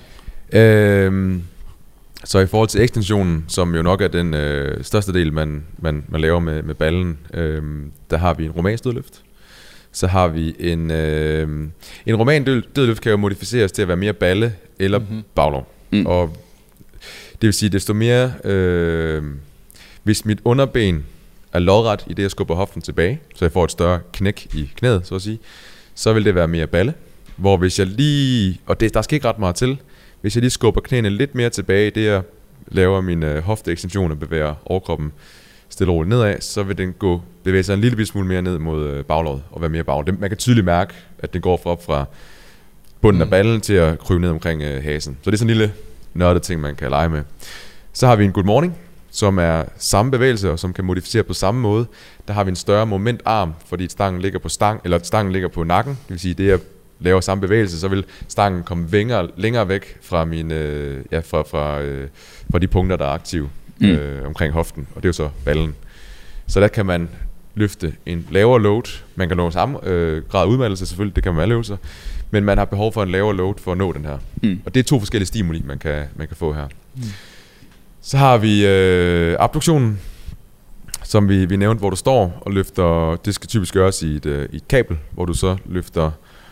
Øhm, så i forhold til ekstensionen, som jo nok er den øh, største del, man, man, man laver med, med ballen, øh, der har vi en romansk dødløft. Så har vi en... Øh, en roman død, dødløft kan jo modificeres til at være mere balle eller mm-hmm. baglov. Mm. Og det vil sige, desto mere... Øh, hvis mit underben er lodret i det, jeg skubber hoften tilbage, så jeg får et større knæk i knæet, så at sige, så vil det være mere balle. Hvor hvis jeg lige... Og det, der skal ikke ret meget til. Hvis jeg lige skubber knæene lidt mere tilbage i det, jeg laver min øh, hofteekstension og bevæger overkroppen stille og roligt nedad, så vil den gå, bevæge sig en lille smule mere ned mod øh, baglåret og være mere baglåret. Man kan tydeligt mærke, at den går fra, op fra bunden af ballen til at krybe ned omkring øh, hasen. Så det er sådan en lille nørdet ting, man kan lege med. Så har vi en good morning, som er samme bevægelse og som kan modificere på samme måde. Der har vi en større momentarm, fordi stangen ligger på stang, eller stangen ligger på nakken. Det vil sige, det jeg laver samme bevægelse, så vil stangen komme længere, længere væk fra mine, øh, ja, fra, fra, øh, fra de punkter, der er aktive Mm. øh, omkring hoften, og det er jo så ballen. Så der kan man løfte en lavere load. Man kan nå samme øh, grad af udmattelse selvfølgelig, det kan man alle øvelser, men man har behov for en lavere load for at nå den her. Mm. Og det er to forskellige stimuli, man kan, man kan få her. Mm. Så har vi øh, abduktionen, som vi, vi nævnte, hvor du står og løfter. Det skal typisk gøres i et, øh, i et kabel, hvor du så løfter.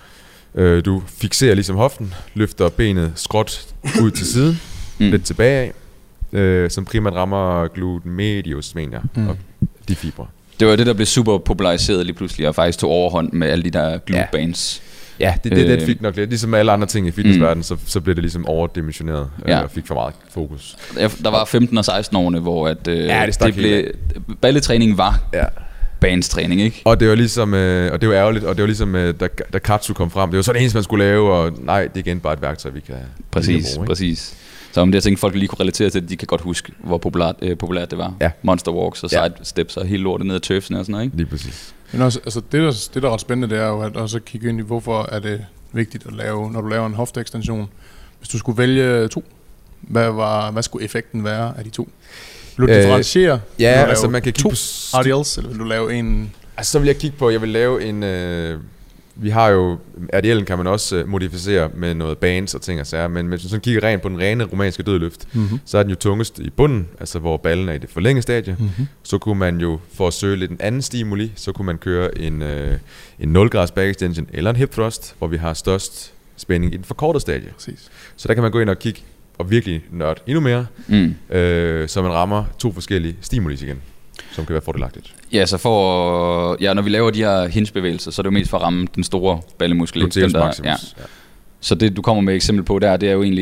Øh, du fixerer ligesom hoften, løfter benet skråt ud til siden, mm. lidt tilbage af, øh, som primært rammer gluten medius, mener jeg, mm. og de fibre. Det var det, der blev super populariseret lige pludselig, og faktisk tog overhånd med alle de der glute bands. Ja, det, det, Øh. det fik nok lidt. Ligesom alle andre ting i fitnessverdenen, mm. så, så blev det ligesom overdimensioneret Ja. øh, og fik for meget fokus. Der var femten og seksten årene, hvor at, øh, Ja, det stak det blev, balletræning var Ja. bandstræning, ikke? Og det var ligesom, øh, og det var ærgerligt, og det var ligesom, øh, da, da Katsu kom frem, det var så det eneste, man skulle lave, og nej, det er igen bare et værktøj, vi kan Præcis, bruge, ikke? præcis. Så om det, jeg tænkte, folk lige kunne relatere til, at de kan godt huske, hvor populært, øh, populært det var. Ja. Monster walks og Ja. side steps og hele lortet ned ad turfsene og sådan noget, ikke? Lige præcis. Men også, altså det, der, det, der er ret spændende, det er jo at også kigge ind i, hvorfor er det vigtigt at lave, når du laver en hofteekstension. Hvis du skulle vælge to, hvad, var, hvad skulle effekten være af de to? Vil du Øh, differentiere? Ja, Vil du altså lave man kan kigge to på... R D Ls, eller vil du lave en... Altså, så vil jeg kigge på, jeg vil lave en... Øh, vi har jo... R D L'en kan man også øh, modificere med noget bands og ting og sager, men hvis man sådan kigger rent på den rene romanske dødløft, Mm-hmm. så er den jo tungest i bunden, altså hvor ballen er i det forlængede stadie. Mm-hmm. Så kunne man jo, for at søge lidt en anden stimuli, så kunne man køre en, øh, en nul grads back extension eller en hip thrust, hvor vi har størst spænding i den forkortede stadie. Præcis. Så der kan man gå ind og kigge og virkelig nørde endnu mere, Mm. øh, så man rammer to forskellige stimuli igen, som kan være fordelagtigt. Ja, så for, ja, når vi laver de her hinge-bevægelser, så er det jo mest for at ramme den store ballemuskel. ikke? Gluteus Den der- maximus. ja. Så det, du kommer med et eksempel på der, det er jo egentlig, ja,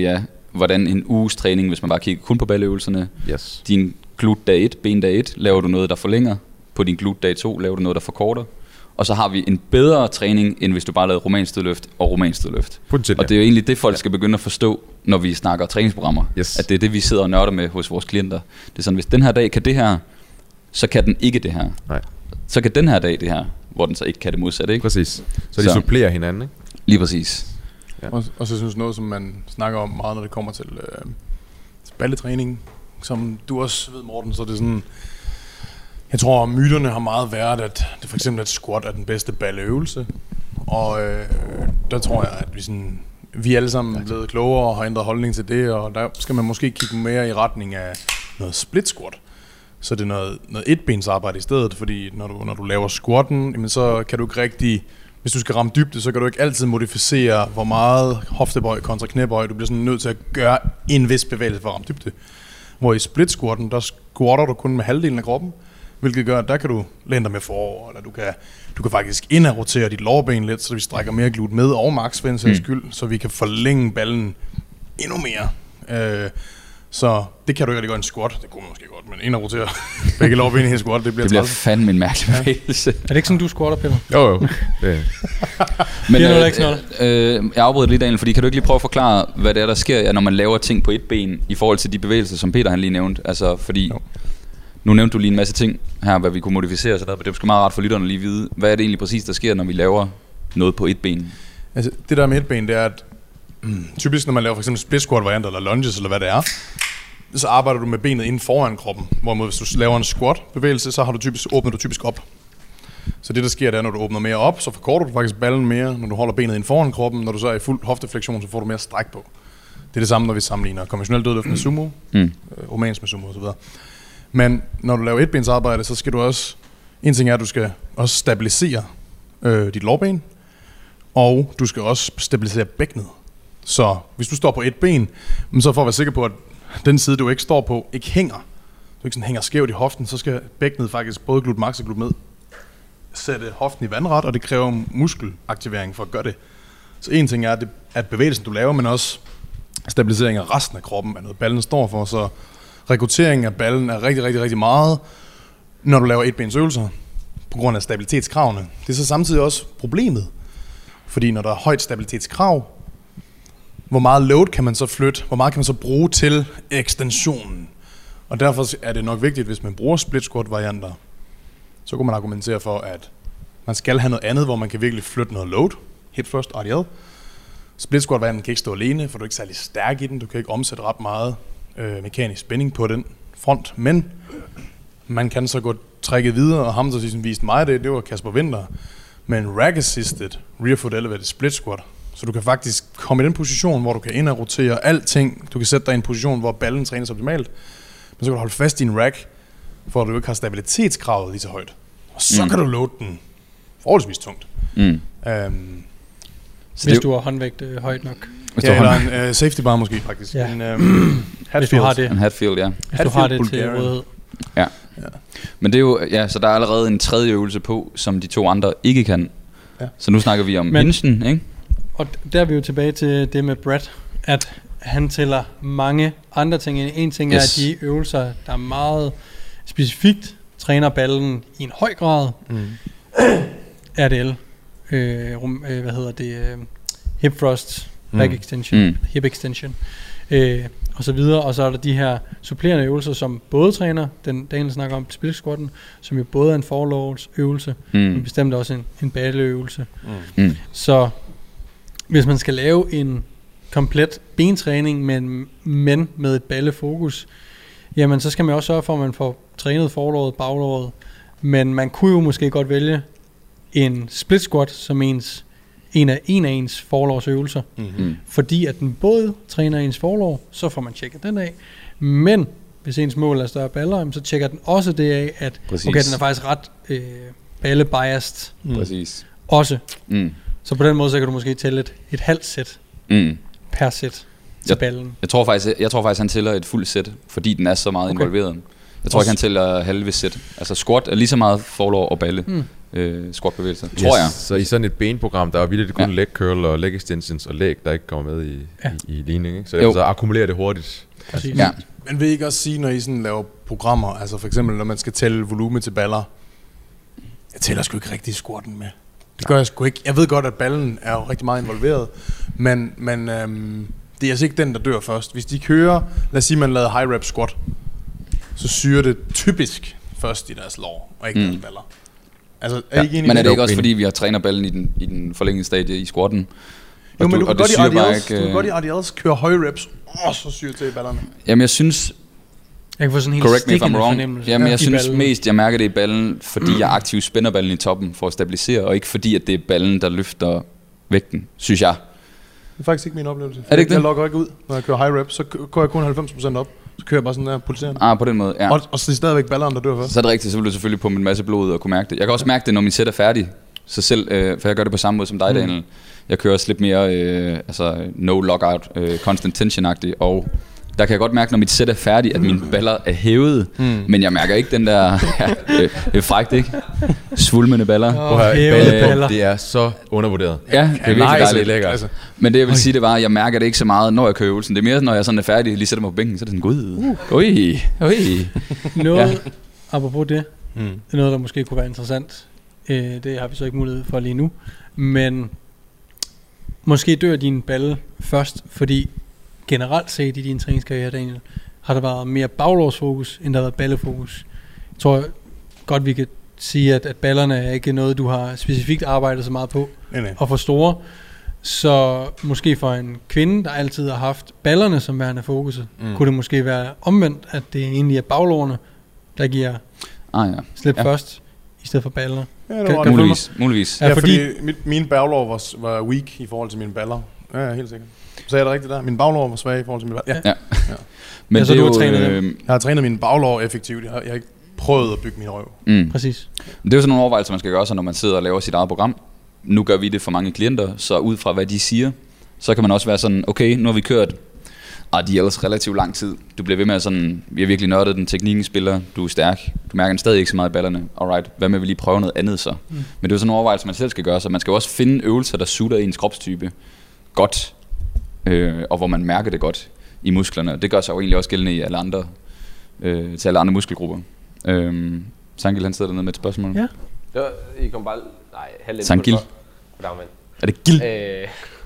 hvordan en uges træning, hvis man bare kigger kun på balleøvelserne, Yes. din glut dag et, ben dag et, laver du noget, der forlænger. På din glut dag to, laver du noget, der forkorter. Og så har vi en bedre træning, end hvis du bare lavede romansk stødløft og romansk stødløft. Og det er jo egentlig det, folk skal begynde at forstå, når vi snakker træningsprogrammer. Yes. At det er det, vi sidder og nørder med hos vores klienter. Det er sådan, hvis den her dag kan det her, så kan den ikke det her. Nej. Så kan den her dag det her, hvor den så ikke kan det modsatte, ikke? Præcis. Så de Så. supplerer hinanden, ikke? Lige præcis. Ja. Og, og så synes jeg noget, som man snakker om meget, når det kommer til øh, balletræning, som du også ved, Morten, så er det sådan... Jeg tror, at myterne har meget været, at det for eksempel, at squat er den bedste balleøvelse. Og øh, der tror jeg, at vi, sådan, vi alle sammen er blevet klogere og har ændret holdning til det. Og der skal man måske kigge mere i retning af noget split squat. Så det er noget, noget etbensarbejde i stedet. Fordi når du, når du laver squatten, jamen så kan du ikke rigtig... Hvis du skal ramme dybde, så kan du ikke altid modificere, hvor meget hoftebøj kontra knæbøj. Du bliver sådan nødt til at gøre en vis bevægelse for at ramme dybde. Hvor i split squatten, der squatter du kun med halvdelen af kroppen. Hvilket gør, at der kan du læne dig med forover, eller du kan, du kan faktisk indrotere dit lårben lidt, så vi strækker mere glut med og max for en sags skyld, så vi kan forlænge ballen endnu mere. Øh, så det kan du ikke rigtig gøre en squat, det kunne man måske godt, men indrotere begge lårben i en squat, det bliver Det bliver træls. fandme en mærkelig bevægelse. Er det ikke sådan, du squatter, Peter? Jo, jo. Det. Men Det er øh, noget, ikke sådan øh, jeg afbryder lige, Daniel, fordi kan du ikke lige prøve at forklare, hvad det er, der sker, når man laver ting på et ben, i forhold til de bevægelser, som Peter han lige nævnte? Altså, fordi... Jo. Nu nævnte du lige en masse ting her, hvad vi kunne modificere, så der, det er måske meget rart for lytterne lige vide. Hvad er det egentlig præcis, der sker, når vi laver noget på et ben? Altså, det der med et ben, det er, at mm, typisk når man laver for eksempel split squat variant eller lunges eller hvad det er, så arbejder du med benet inden foran kroppen. Hvorimod hvis du laver en squat bevægelse, så har du typisk, åbner du typisk op. Så det der sker, det er, når du åbner mere op, så forkorter du faktisk ballen mere, når du holder benet inden foran kroppen. Når du så er i fuld hofteflektion, så får du mere stræk på. Det er det samme, når vi sammenligner konventionel dødløft med sumo, Mm. øh, romansk med sumo osv. Men når du laver etbensarbejde, så skal du også... En ting er, at du skal også stabilisere øh, dit lårben, og du skal også stabilisere bækkenet. Så hvis du står på et ben, så for at være sikker på, at den side, du ikke står på, ikke hænger, du ikke sådan hænger skævt i hoften, så skal bækkenet faktisk både glut max og glut med sætte hoften i vandret, og det kræver muskelaktivering for at gøre det. Så en ting er, at, det, at bevægelsen, du laver, men også stabilisering af resten af kroppen er noget, ballen står for, så rekrutteringen af ballen er rigtig, rigtig, rigtig meget, når du laver etbensøvelser, på grund af stabilitetskravene. Det er så samtidig også problemet, fordi når der er højt stabilitetskrav, hvor meget load kan man så flytte, hvor meget kan man så bruge til ekstensionen. Og derfor er det nok vigtigt, hvis man bruger split squat varianter, så kan man argumentere for, at man skal have noget andet, hvor man kan virkelig flytte noget load, hip first, R D L. Split squat varianten kan ikke stå alene, for du er ikke særlig stærk i den, du kan ikke omsætte ret meget øh, mekanisk spænding på den front, men man kan så gå trækket videre, og ham, der ligesom viste mig det, det var Kasper Winther, med en rack-assisted rear foot elevated split squat. Så du kan faktisk komme i den position, hvor du kan ind og rotere alting. Du kan sætte dig i en position, hvor ballen trænes optimalt, men så kan du holde fast i en rack, for at du ikke har stabilitetskravet lige så højt. Og så mm. kan du load den forholdsvis tungt. Mm. Um, Hvis det- du har håndvægt øh, højt nok. Hvis ja, du har eller en uh, safety bar måske faktisk. Ja. En, um, Hvis du har det. en Hatfield, ja. Hvis du har det til Bulgarian. rådighed. Men det er jo, ja, så der er allerede en tredje øvelse på, som de to andre ikke kan. Ja. Så nu snakker vi om Men- hingen, ikke? Og der er vi jo tilbage til det med Brad, at han tæller mange andre ting. En ting Yes. er, at de øvelser, der er meget specifikt, træner ballen i en høj grad. Mm. R D L, øh, rum, øh, hvad hedder det, øh, hip thrust, back Mm. extension, Mm. hip extension, øh, og så videre. Og så er der de her supplerende øvelser, som både træner, den Daniel snakker om, split squatten, som jo både er en forlovsøvelse, mm. men Mm. bestemt også en, en balleøvelse. Mm. Mm. Så hvis man skal lave en komplet bentræning, men, men med et ballefokus, jamen så skal man også sørge for, at man får trænet forlåret, baglåret. Men man kunne jo måske godt vælge en split squat som ens, en, af, en af ens forlovsøvelser, Mm-hmm. Mm. fordi at den både træner ens forlov, så får man tjekket den af, men hvis ens mål er større baller, jamen, så tjekker den også det af, at Præcis. okay, den er faktisk ret øh, balle-biased Mm. Præcis. også. Mm. Så på den måde, så kan du måske tælle et, et halvt sæt Mm. per sæt til Ja. ballen. Jeg tror faktisk, jeg tror faktisk han tæller et fuldt sæt, fordi den er så meget Okay. involveret. Jeg tror ikke, han tæller halve sæt. Altså squat er lige så meget forlov og balle. Mm. Øh, squat-bevægelser, yes. tror jeg. Så i sådan et benprogram, der er vildt kun ja. leg curl og leg extensions og leg, der ikke kommer med i, ja. i, i ligning, ikke? Så derfor så akkumulerer det hurtigt. Præcis. Ja. Men vil I ikke også sige, når I sådan laver programmer, altså for eksempel, når man skal tælle volume til baller, jeg tæller sgu ikke rigtig squatten med. Det gør jeg sgu ikke. Jeg ved godt, at ballen er jo rigtig meget involveret, men, men øhm, det er altså ikke den, der dør først. Hvis de kører, lad os sige, man lavede high rep squat, så syrer det typisk først i deres lår, og ikke mm. deres baller. Altså, er ja. ikke Men er det ikke også fordi, vi har træner ballen i den, i den forlængede stadie i squatten? Jo, men du, du kan godt i ikke, R D Ls, R D Ls køre høje reps, og så syre til i ballerne. Jamen jeg synes, jeg kan få sådan en correct helt me if I'm wrong. Jamen ja, jeg synes ballen. mest, jeg mærker det i ballen, fordi mm. jeg aktivt spænder ballen i toppen for at stabilisere, og ikke fordi, at det er ballen, der løfter vægten, synes jeg. Det er faktisk ikke min oplevelse. Er det ikke jeg det? logger ikke ud, når jeg kører high reps, så kører jeg kun halvfems procent op. Så kører jeg bare sådan der pulserende. Ah, på den måde, ja. Og, og så er det stadigvæk balleren, der dør først. Så er det rigtigt, så vil du selvfølgelig pumpe en masse blod og kunne mærke det. Jeg kan også mærke det, når min sæt er færdig. Så selv, øh, for jeg gør det på samme måde som dig, Daniel. Jeg kører også lidt mere øh, altså no lockout, øh, constant tension-agtigt, og der kan jeg godt mærke, når mit sæt er færdigt, at mine baller er hævet, mm. men jeg mærker ikke den der, ja, det er frækt, ikke? Svulmende baller. Oh, hævede baller. Det er så undervurderet. Ja, det er virkelig dejligt. Lækkert. Altså. Men det jeg vil sige, det var, at jeg mærker det ikke så meget, når jeg kører øvelsen. Det er mere, når jeg sådan er færdig, lige sætter mig på bænken, så er det sådan, gud, ui, ui. Noget, ja. apropos det, mm. det er noget, der måske kunne være interessant. Øh, det har vi så ikke mulighed for lige nu. Men måske dør din balle først, fordi generelt set i din træningskarriere, Daniel, har der været mere baglårsfokus, end der har været ballefokus. Jeg tror godt, vi kan sige, at, at ballerne er ikke noget, du har specifikt arbejdet så meget på nej, nej. at få store. Så måske for en kvinde, der altid har haft ballerne som værende fokuset, mm. kunne det måske være omvendt, at det egentlig er baglårene, der giver ah, ja. slip ja. først, i stedet for baller. Ja, det var kan, muligvis. muligvis. Ja, ja, fordi, fordi mit, mine baglår var, var weak i forhold til mine baller. Ja, ja, helt sikkert. Så er det rigtigt der. Min baglår var svag i forhold til mine baller. Ja. ja. ja. Men ja, så det du har trænet øh, dem? Jeg har trænet mine baglår effektivt. Jeg har, jeg har ikke prøvet at bygge min røv. Mm. Præcis. Det er jo sådan nogle overvejelser, man skal gøre sig, når man sidder og laver sit eget program. Nu gør vi det for mange klienter, så ud fra hvad de siger, så kan man også være sådan, okay, nu har vi kørt, ah, de er ellers relativt lang tid. Du bliver ved med at sådan, vi har virkelig nørdet den, teknikken spiller, du er stærk, du mærker den stadig ikke så meget i ballerne. Alright, hvad med at vi lige prøve noget andet så? Mm. Men det er jo sådan en overvejelse, man selv skal gøre, så man skal også finde øvelser, der sutter ens kropstype godt, øh, og hvor man mærker det godt i musklerne. Det gør sig jo egentlig også gældende i alle andre, øh, til alle andre muskelgrupper. Øh, Sangil, han sidder dernede med et spørgsmål. Ja. Det var, I kom bare, nej, halvdelen. Sangil. Goddag, mand. Er det Gil? Øh,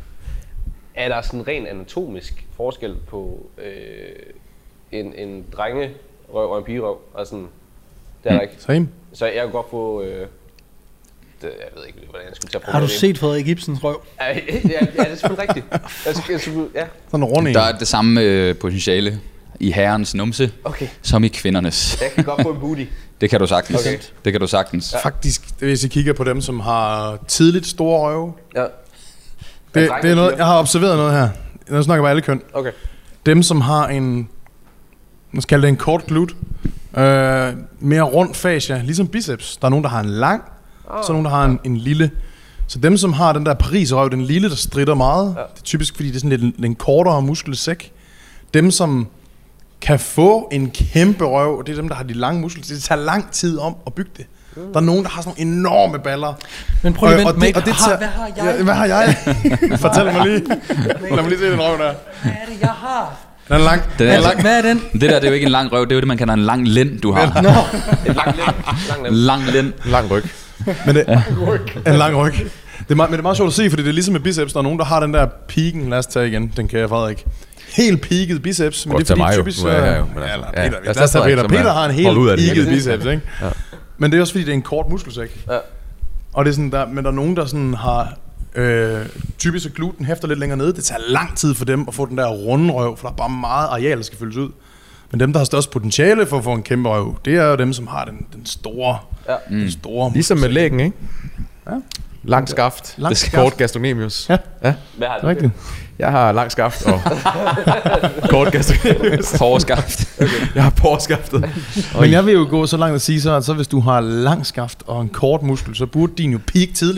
er der sådan rent anatomisk forskel på øh, en, en drengerøv og en pigerøv? Og sådan, det er der ikke. Same. Så jeg kan godt få, øh, det, jeg ved ikke, hvordan jeg skulle tage på. Har du set Frederik Ibsens røv? Ja, ja, ja, det er selvfølgelig rigtigt. Jeg skal, jeg skal, ja. Sådan en rund en. Der er det samme øh, potentiale i herrens numse, Okay. som i kvindernes. Jeg kan godt få en booty. Det kan du sagtens. Okay. Det kan du sagtens. Ja. Faktisk, hvis I kigger på dem, som har tidligt store røve. Ja. Det, det er noget, jeg har observeret noget her. Jeg snakker bare alle køn. Okay. Dem, som har en, man skal kalde det en kort glut, øh, mere rund fascia, ligesom biceps. Der er nogen, der har en lang, oh. så er nogen, der har en, en lille. Så dem, som har den der Paris-røv, den lille, der stritter meget, ja. Det er typisk, fordi det er sådan lidt en, en kortere muskelsæk. Dem, som kan få en kæmpe røv, det er dem, der har de lange muskler. Det tager lang tid om at bygge det. Mm. Der er nogen, der har sådan nogle enorme baller. Men prøv lige at vente, og, og det, har, tager, hvad har jeg? Ja, hvad har jeg? Fortæl mig lige. Lad mig lige se den røv der. Hvad er det, jeg har? Den er lang. Den er, lang. Hvad er den? Det der, det er jo ikke en lang røv, det er jo det, man kalder en lang lænd, du har. Nå. En lang lænd. Lang lænd. Lang lænd. Lang ryg. Men det, en lang ryg. Det er, meget, men det er meget sjovt at se, fordi det er ligesom med biceps. Der er nogen, der har den der peaken. Lad os tage igen, den kære Frederik. Helt peaked biceps. Men Godt det er fordi mig typisk... jo. Ja, ja, jo. Ja, Altså, eller ja. Peter. Ja, Lad os tage Peter. Peter har en helt peaked biceps, ikke? Ja. Men det er også fordi, det er en kort muskelsæk. Ja. Og det er sådan, der, men der er nogen, der sådan har... Øh, typisk at gluten hæfter lidt længere nede. Det tager lang tid for dem at få den der runde røv, for der er bare meget areal, der skal fyldes ud. Men dem, der har størst potentiale for at få en kæmpe røv, det er jo dem, som har den, den store, ja. den store ligesom med lægen, ikke? Ja. Lang skaft. Lang skaft. Kort gastrocnemius. Ja. Ja. Hvad har Det du? er rigtigt. Jeg har lang skaft og kort gastrocnemius. Hårskaft. Okay. Jeg har porskaftet. Men jeg vil jo gå så langt at sige så, at så hvis du har lang skaft og en kort muskel, så burde din jo peak tidligt.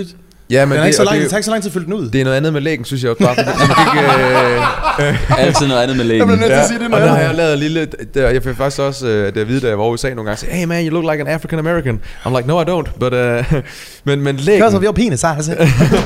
Ja, men Den er det, ikke så og lang, det, det tager ikke så lang tid at fylde den ud. det er noget andet med lægen, synes jeg også bare. Fordi, så man kan ikke, øh, Altid noget andet med lægen. Jamen, jeg sige, det er og noget der har andet. jeg lavet en lille... Der, jeg fik faktisk også øh, det at vide, da jeg var i U S A nogle gange, sagde, hey man, you look like an African American. I'm like, no, I don't. But, uh, men, men lægen... Because of your penis, altså.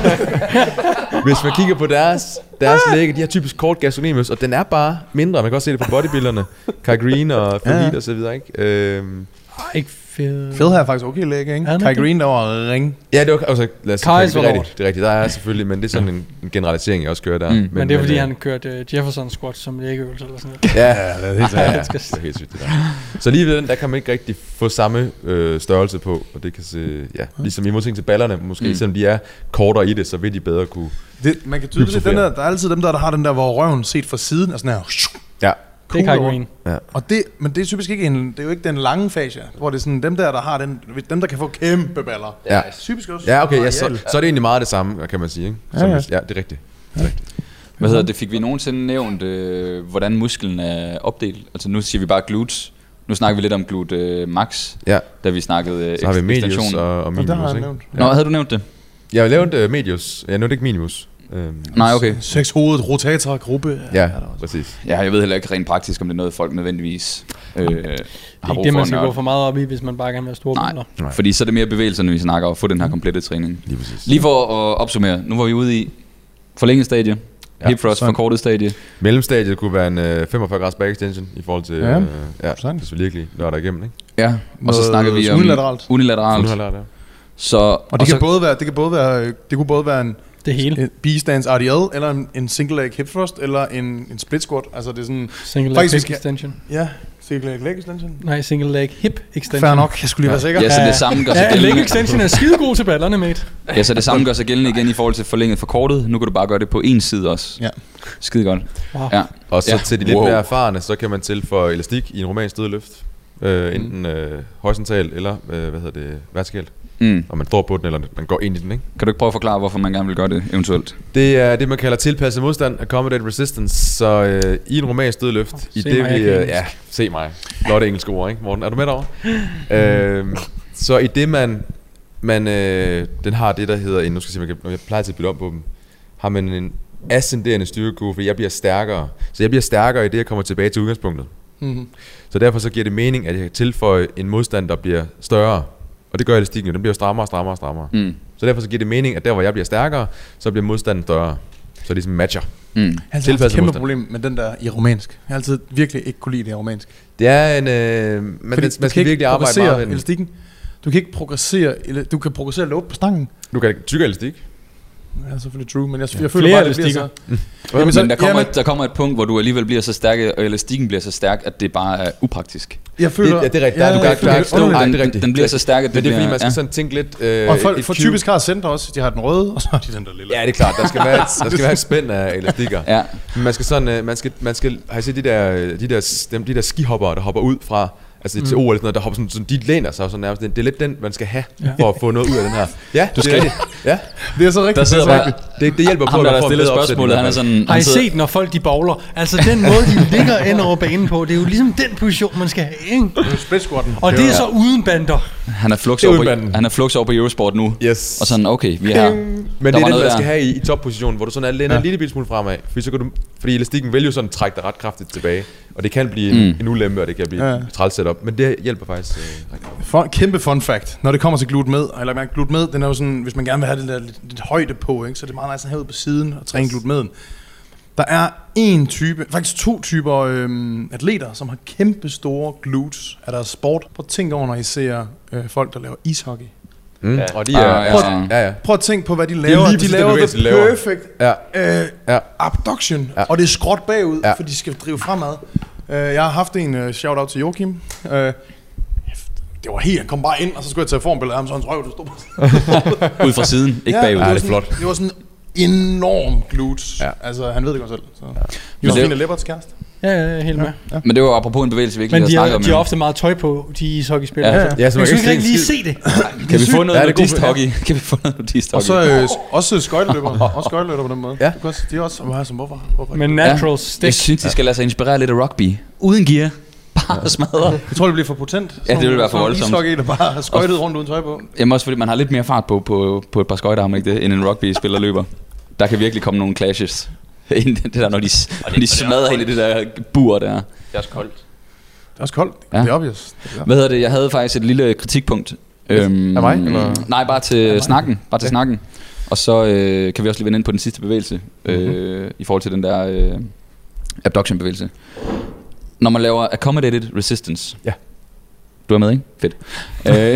Hvis man kigger på deres, deres læge, de har typisk kort gastrocnemius, og den er bare mindre. Man kan også se det på bodybuilderne. Kai Green og Phil Heath og så videre, ikke? Øhm, Ikke fedt. Fed her er faktisk okay læge, ikke? Er den Kai ikke? Green, der var ring. ja, det var altså, lad os sige, Kajs det er var rigtigt, det er rigtigt. Der er selvfølgelig, men det er sådan en, en generalisering, jeg også kører der. Mm. Men det er fordi, øh, han kørte uh, Jefferson squat som lægeøvelse eller sådan noget. Ja, Ja, det er helt Ej, sikkert. det skal det er helt sygt det der. Så lige ved den, der kan man ikke rigtig få samme øh, størrelse på, og det kan se, ja, ligesom i modsætning til ballerne, måske, Mm. mm. selvom de er kortere i det, så vil de bedre kunne... Det, man kan tydeligt se, den der, der er altid dem der, der har den der, hvor røven set fra siden er sådan her. Ja, Det er Kai Cool. Green. Og det, men det er typisk ikke en, det er jo ikke den lange fascia, hvor det er sådan dem der, der har den, dem der kan få kæmpe baller. ja. Det er typisk også. Ja, okay, ja, areal. så, så er det egentlig meget det samme, kan man sige, ikke? Ja, Som, ja. ja, det er rigtigt. Det er rigtigt. Hvad hedder det? Fik vi nogensinde nævnt, øh, hvordan musklen er opdelt? Altså nu siger vi bare glutes. Nu snakker vi lidt om glute øh, max, Ja, da vi snakkede øh, så har vi medius ekstension. og, og Og minimus, der har jeg ikke? nævnt. Nå, havde du nævnt det? Jeg har lavet uh, medius, jeg nævnte ikke minimus. Øhm, Nej, okay. Seks hovedet, rotator, gruppe. ja, er der også. præcis. Ja, jeg ved heller ikke rent praktisk, om det er noget, folk nødvendigvis øh, har Det er brug ikke det, for man at skal nørde. gå for meget op i, hvis man bare gerne vil have store Nej, biler. Nej. fordi så er det mere bevægelserne, vi snakker om, at få den her komplette træning. Lige præcis. Lige for at opsummere, nu var vi ude i forlænget stadie, Ja, hip thrust, sådan. forkortet stadie. Mellemstadiet kunne være en uh, femogfyrre graders back extension i forhold til, Ja, uh, ja, sandt. hvis vi virkelig nørder igennem, ikke? Ja, og så Noget snakker vi om unilateralt. unilateralt. Unilateralt, ja. Så, Og det og kan så, både være, det kan både være, det kunne både være en, Det hele. en B-stance R D L, eller en, en single leg hip thrust, eller en, en split squat. Altså det er sådan, Single leg Faktisk, hip skal- extension. ja, single leg leg extension. Nej, single leg hip extension. Fair nok, jeg skulle lige være sikker. ja, så det samme gør sig Ja, leg gældende. extension er skidegod til ballerne, mate. Ja, så det samme gør sig gældende igen i forhold til forlænget forkortet. Nu kan du bare gøre det på en side også. Ja. Skide godt. Wow. Ja. Og så Ja. ja. til de lidt Wow. mere erfarne, så kan man tilføje elastik i en romansk dødløft. Øh, enten øh, horisontalt eller, øh, hvad hedder det, vertikalt. Mm. Og man står på den, eller man går ind i den, ikke? Kan du ikke prøve at forklare, hvorfor man gerne vil gøre det eventuelt? Det er det, man kalder tilpasset modstand, accommodate resistance. Så øh, i en romansk dødløft, Oh, i se det mig, jeg vi... kan Øh, engelsk. ja, se mig. Flotte engelske ord, ikke, Morten? Er du med derovre? øh, så i det, man... man øh, den har det, der hedder... En, nu skal jeg se, man kan, når jeg plejer til at bytte om på dem. Har man en ascenderende styrkekurve, fordi jeg bliver stærkere. Så jeg bliver stærkere i det, jeg kommer tilbage til udgangspunktet. Mm-hmm. Så derfor så giver det mening, at jeg kan tilføje en modstand, der bliver større. Og det gør elastikken jo. Den bliver strammere og strammere og strammere. Mm. Så derfor så giver det mening, at der, hvor jeg bliver stærkere, så bliver modstanden større. Så det ligesom matcher. Mm. Jeg har altid haft et Tilpasset kæmpe modstand. problem med den der i romansk. Jeg har altid virkelig ikke kunne lide det i romansk. Det er en... Øh, man, Fordi man du kan skal ikke virkelig arbejde progressere meget med den. elastikken. Du kan ikke progressere, eller du kan progressere load på stangen. Du kan tykke elastik. Ja, selvfølgelig true, men jeg, Ja. jeg føler Flere bare, det bliver så... elastikker. Jamen, så- Men der kommer, jamen- et, der kommer et punkt, hvor du alligevel bliver så stærk, og elastikken bliver så stærk, at det bare er upraktisk. Jeg føler... Det, ja, det er rigtigt. Der, Ja, du kan jeg ikke føler klare det underligt. det er Den, rigtigt. den bliver så stærk, at Men det er fordi, man skal ja. sådan tænke lidt... Øh, Og folk et for cube. typisk har center også. De har den røde, og så har de den der lille. Ja, det er klart. Der skal være et, der skal være et spænd af elastikker. Ja. Men man skal sådan... øh, Man skal, man skal, har I set de der, de der, dem, de der skihoppere, der hopper ud fra... Altså mm. til O L, sådan noget, der hopper sådan, sådan, de læner sig sådan nærmest. Det er lidt den, man skal have, Ja. for at få noget ud af den her. Ja, Du skal- det er det. Ja, Det er så rigtigt. Der sidder det er så bare... rigtigt. det, det hjælper på, Ham, at der man der får en stiller bedre spørgsmålet, han er opsætning. sådan... Har I han sidder- set, når folk de bowler? Altså den måde, de ligger ind over banen på, det er jo ligesom den position, man skal have, ikke? Det er jo split squatten. Og det er så uden bander. Han er flux Det er over, på, udbanden. han er flux over på Eurosport nu. Yes. Og sådan, okay, vi er her. Men Der det var er det, noget man skal der. have i, i topposition, hvor du sådan er lænder Ja. en lille bitte smule fremad. Fordi, så kan du, fordi elastikken vil jo sådan trække dig ret kraftigt tilbage. Og det kan blive en, Mm. en ulempe, og det kan blive Ja. ja. træls setup. Men det hjælper faktisk øh, rigtig godt. For, kæmpe fun fact. Når det kommer til glute med, eller mærke glute med, den er jo sådan, hvis man gerne vil have det der lidt, lidt højde på, ikke, så er det meget nice at have ud på siden og træne glute med. Der er en type, faktisk to typer øhm, atleter, som har kæmpe store glutes af deres sport. Prøv at tænke over, når I ser øh, folk, der laver ishockey. Mm. Ja. Og de er... Ah, ja, ja. ja, ja. Prøv at tænke på, hvad de er laver. lige De præcis den laver bevægelse, the de laver. perfect ja. øh, Ja. abduction, Ja. og det er skråt bagud, Ja. for de skal drive fremad. Uh, jeg har haft en uh, shout-out til Joachim. Uh, det var helt, han kom bare ind, og så skulle jeg tage formbilleder af ham, så hans røv, det stod på. Ud fra siden, ikke bagud. det, var det er sådan, flot. det var sådan enorm glutes. Ja. Altså, han ved det godt selv. Så. Men Josefine det- Lepperts kæreste. Ja, ja, ja, helt med. Men det var apropos en bevægelse, vi ikke Men lige de har har, snakket om. de har endnu. ofte meget tøj på, de ishockeyspillere. Ja, ja. Ja, så Men man jeg kan synes ikke ikke se lige en se skid. det. Kan vi få noget Ja, det er god- nudist-hockey? Kan vi få noget Og nudist-hockey? så øh, også skøjteløber. også skøjteløber på den måde. Ja. Du kan også, de er også, oh, altså, hvorfor? hvorfor? Men natural Jeg stick. synes, de skal lade sig inspirere lidt af rugby. Uden gear. Bare bare smadre. Jeg tror, det bliver for potent. Ja, det vil være for Sådan en voldsomt. ishockey, der bare har skøjtet rundt uden tøj på. Jamen også fordi man har lidt mere fart på på, på et par skøjter, har man ikke det, end en rugby-spiller løber. Der kan virkelig komme nogle clashes. det der, når de, når de smadrer ind i det der bur der. Det er også koldt. Det er også koldt. Ja. Det er obvious. Det er Hvad hedder det? Jeg havde faktisk et lille kritikpunkt. Øhm, af mig, eller? Nej, bare til snakken. Bare til okay. snakken. Og så øh, kan vi også lige vende ind på den sidste bevægelse. Øh, mm-hmm. I forhold til den der øh, abduction-bevægelse. Når man laver accommodated resistance. Ja. Du er med, ikke? Fedt. øh,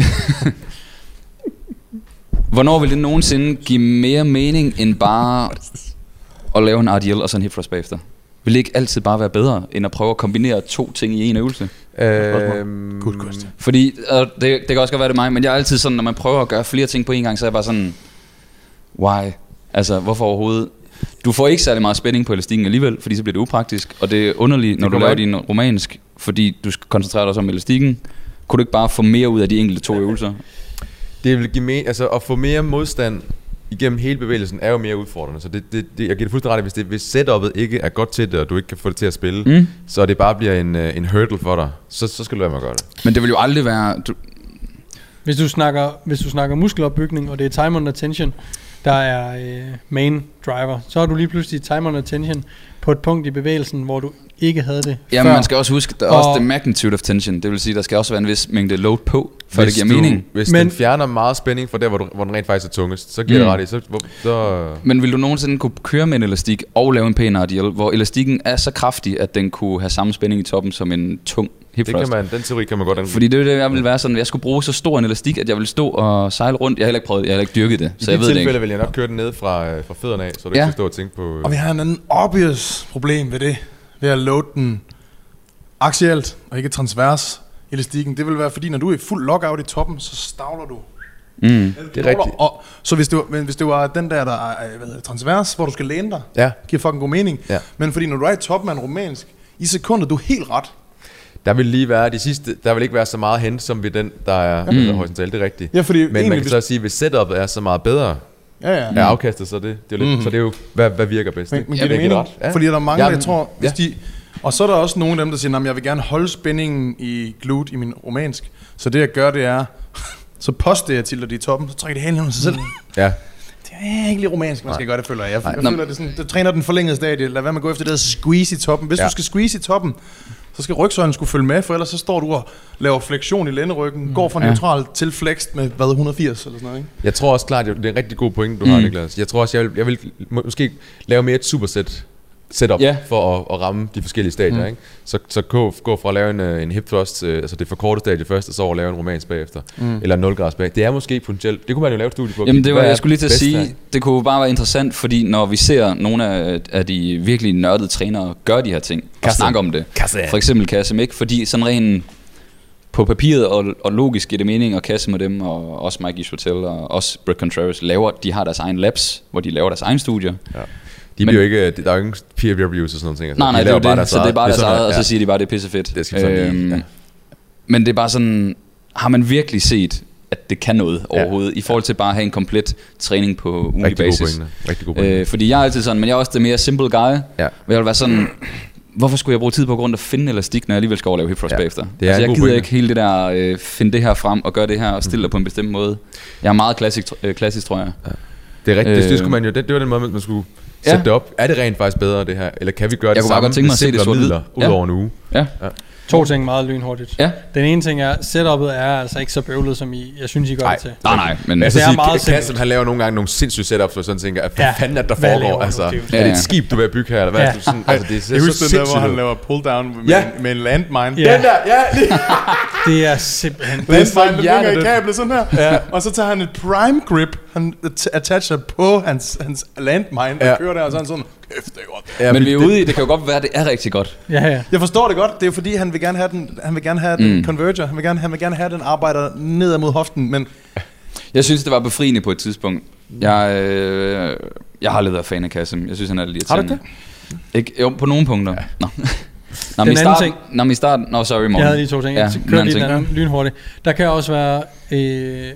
Hvornår vil det nogensinde give mere mening end bare at lave en R D L og så en hip thrust bagefter? Vil det ikke altid bare være bedre end at prøve at kombinere to ting i en øvelse? Øhm, Good question. Fordi øh, det, det kan også godt være det mig, men jeg er altid sådan, når man prøver at gøre flere ting på en gang, så er jeg bare sådan, why? Altså, hvorfor overhovedet? Du får ikke særlig meget spænding på elastikken alligevel, fordi så bliver det upraktisk, og det er underligt, når du laver din romansk, fordi du skal koncentrere dig også om elastikken. Kunne du ikke bare få mere ud af de enkelte to øvelser? Det vil give me- altså at få mere modstand igennem hele bevægelsen er jo mere udfordrende. Så det, det, det, jeg giver det fuldstændig ret, hvis, det, hvis setupet ikke er godt til det, og du ikke kan få det til at spille, mm. så det bare bliver en, en hurdle for dig, så, så skal du være med at gøre det. Men det vil jo aldrig være... Du... Hvis du snakker, hvis du snakker muskelopbygning, og det er time under tension, der er øh, main driver, så har du lige pludselig time under tension på et punkt i bevægelsen, hvor du ikke havde det Jamen før. man skal også huske, der er også the magnitude of tension. Det vil sige, der skal også være en vis mængde load på, før hvis det giver du, mening. Hvis Men, den fjerner meget spænding fra der, hvor, du, hvor den rent faktisk er tungest, så giver mm. det ret i. Så, så... Men vil du nogensinde kunne køre med en elastik og lave en pæn R D L, hvor elastikken er så kraftig, at den kunne have samme spænding i toppen som en tung hip thrust? Det kan man, den teori kan man godt anvende. Fordi det er det, jeg ville være sådan, jeg skulle bruge så stor en elastik, at jeg ville stå og sejle rundt. Jeg har heller ikke prøvet, jeg har heller ikke dyrket det, så I jeg ved det ikke. I tilfælde vil jeg nok køre den ned fra, fra fødderne af, så du ja. ikke skal stå og tænke på... Og vi har en anden obvious problem ved det, ved at load den aksielt og ikke transvers elastikken. Det vil være fordi, når du er i fuld lockout i toppen, så stavler du. Mm. Det er rigtigt. Og, så hvis det, var, men hvis det var den der, der er hvad hedder, transvers, hvor du skal læne dig, ja. giver fucking god mening. Ja. Men fordi når du er i toppen af en romansk, i sekunder, du er helt ret. Der vil lige være de sidste, der vil ikke være så meget hen som ved den, der er mm. horisontalt, det er rigtigt. Ja, fordi men man kan så sige, hvis setupet er så meget bedre, ja, ja. er afkastet, så det, det er lidt, mm. så det er jo, hvad, hvad virker bedst. Men, men giver det mening? Ja. Fordi der er mange, Jamen, jeg tror, hvis ja. de... Og så er der også nogle af dem, der siger, at jeg vil gerne holde spændingen i glute i min romansk. Så det jeg gør, det er, så poster jeg til, at de er i toppen, så trækker de halen under sig selv. Ja. Det er ikke lige romansk, man skal gøre det, føler jeg. Jeg, jeg føler, det, sådan, det træner den forlængede stadie. Lad være med at gå efter det der squeeze i toppen. Hvis ja. du skal squeeze i toppen, så skal rygsøjlen skulle følge med, for ellers så står du og laver fleksion i lænderyggen, mm. går fra neutral ja. til flexed med hvad, et hundrede og firs eller sådan noget, ikke? Jeg tror også klart, det er en rigtig god point, du mm. har, Niklas. Jeg tror også, jeg vil, jeg vil måske lave mere et superset setup yeah. for at, at ramme de forskellige stadier, mm. ikke? Så, så gå, gå fra at lave en, en hip thrust, altså det forkorte stadie først, og så over at lave en romansk bagefter, mm. eller en nul grads bag. Det er måske potentielt. Det kunne man jo lave et studie på. Jamen det var, jeg skulle lige til at sige, her? Det kunne bare være interessant, fordi når vi ser nogle af, af de virkelig nørdede trænere gøre de her ting, Kasse. og snakke om det, Kasse. for eksempel Kasim, ikke? Fordi sådan rent på papiret og, og logisk giver det mening, og Kasim og dem, og også Mike Ishotel, og også Brett Contreras, laver, de har deres egen labs, hvor de laver deres egen studier. Ja. De bliver jo ikke, der er jo ingen peer reviews og sådan noget. Nej, nej, de det er jo det, så det er bare deres eget, og så siger de bare, det er pissefedt. Det skal sådan øhm, ja. Men det er bare sådan, har man virkelig set, at det kan noget overhovedet, ja. i forhold til bare at have en komplet træning på ugenlig basis. Rigtig god pointe. Øh, fordi jeg er altid sådan, men jeg er også det mere simple guy, ja. hvor jeg vil være sådan, hvorfor skulle jeg bruge tid på grund af at finde elastik, når jeg alligevel skal overleve hip thrust ja. bagefter? Altså, jeg gider pointe. ikke hele det der, øh, finde det her frem og gøre det her og stille mm. dig på en bestemt måde. Jeg er meget klassisk, øh, klassisk tror jeg. Ja. Det er rigtigt, øh, det, skulle man jo, det, det var den måde, man skulle sætte ja. det op. Er det rent faktisk bedre det her, eller kan vi gøre jeg det samme godt tænke mig at se det sort midler ud over en uge? Ja. ja. To ting meget lynhurtigt. Ja. Den ene ting er, setupet er altså ikke så bøvlet, som I, jeg synes, I gør nej. det til. Nej, nej. Men altså, det er meget simpelt. Kassen, han laver nogle gange nogle sindssyge setups, hvor sådan tænker, hvad ja. fanden er der foregår? Altså, du, er det et skib, du vil bygge her? Eller hvad? Ja. Du sådan, altså, det er jeg så husker den der, hvor han laver pull down med, ja. en, med en landmine. Ja. Den der, ja. Det er simpelthen... Landmine, der bygger i kablet sådan her. Ja. Og så tager han et prime grip, han attacher på hans, hans landmine, ja. og kører der, og så er han sådan, kæft, det er godt. Ja, men vi er ude i, det kan jo godt være, det er rigtig godt. Ja, ja. Jeg forstår det godt, det er jo fordi, han vil gerne have den, han vil gerne have den mm. converger, han vil, gerne, han vil gerne have den arbejder nedad mod hoften, men... Jeg synes, det var befriende på et tidspunkt. Jeg, øh, jeg har lidt af fan af Kasim. Jeg synes, han er lidt irriterende. Har du det? Ikke, jo, på nogle punkter. Ja. Nå. Når den start, ting... Når vi starter... Nå, sorry, Morten. Jeg havde lige to ting. Ja, jeg kører lige den anden lynhurtigt. Der kan også være... Øh,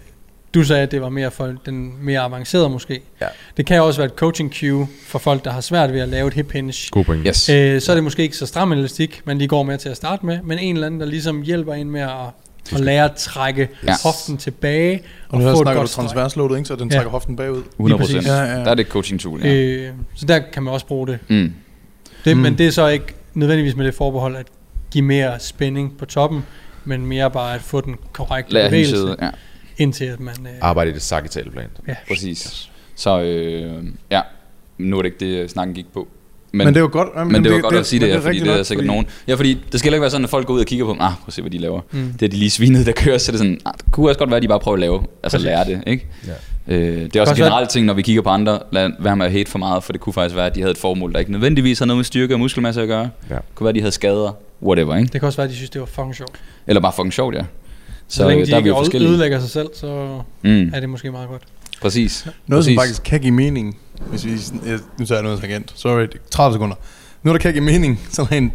Du sagde, at det var mere for den mere avancerede måske. Ja. Det kan også være et coaching cue for folk, der har svært ved at lave et hip hinge. God point. Yes. Øh, så er det måske ikke så stram elastik, men de går med til at starte med. Men en eller anden, der ligesom hjælper en med at, at lære at trække Ja. hoften tilbage. Og Og nu få et snakker du godt streg. transversloadet, ikke? Så den Ja. trækker hoften bagud. hundrede procent. Ja, ja. Der er det et coaching tool, ja. Øh, så der kan man også bruge det. Mm. det Mm. Men det er så ikke nødvendigvis med det forbehold at give mere spænding på toppen, men mere bare at få den korrekte Lad hende bevægelse, sidde, ja. indtil at man... Øh, Arbejde i det sagittale plan. ja. Præcis. Så øh, ja, nu er det ikke det, snakken gik på. Men, men det er jo godt, men det var godt at sige men det, fordi rigtigt det er nok, sikkert fordi- nogen. Ja, fordi det skal heller ikke være sådan, at folk går ud og kigger på dem. Ah, prøv at se, hvad de laver. Mm. Det er de lige svinede, der kører, så er det sådan, ah, det kunne også godt være, at de bare prøver at lave, altså Præcis. lære det, ikke? Ja. Øh, det er også Godt en generelt ting, når vi kigger på andre, lad være med at hate for meget, for det kunne faktisk være, at de havde et formål, der ikke nødvendigvis har noget med styrke og muskelmasse at gøre. Ja. Det kunne være, at de havde skader, whatever, ikke? Det kan også være, at de synes, det var fucking sjovt. Eller bare fucking sjovt, ja. Så, Så, så længe øh, de der er vi ikke jo forskellige. ødelægger sig selv, så Mm, er det måske meget godt. præcis. Noget, som præcis. faktisk kan give mening, hvis vi... Jeg, nu tager jeg noget tangent. Sorry, tredive sekunder. Noget, der kan give mening, sådan rent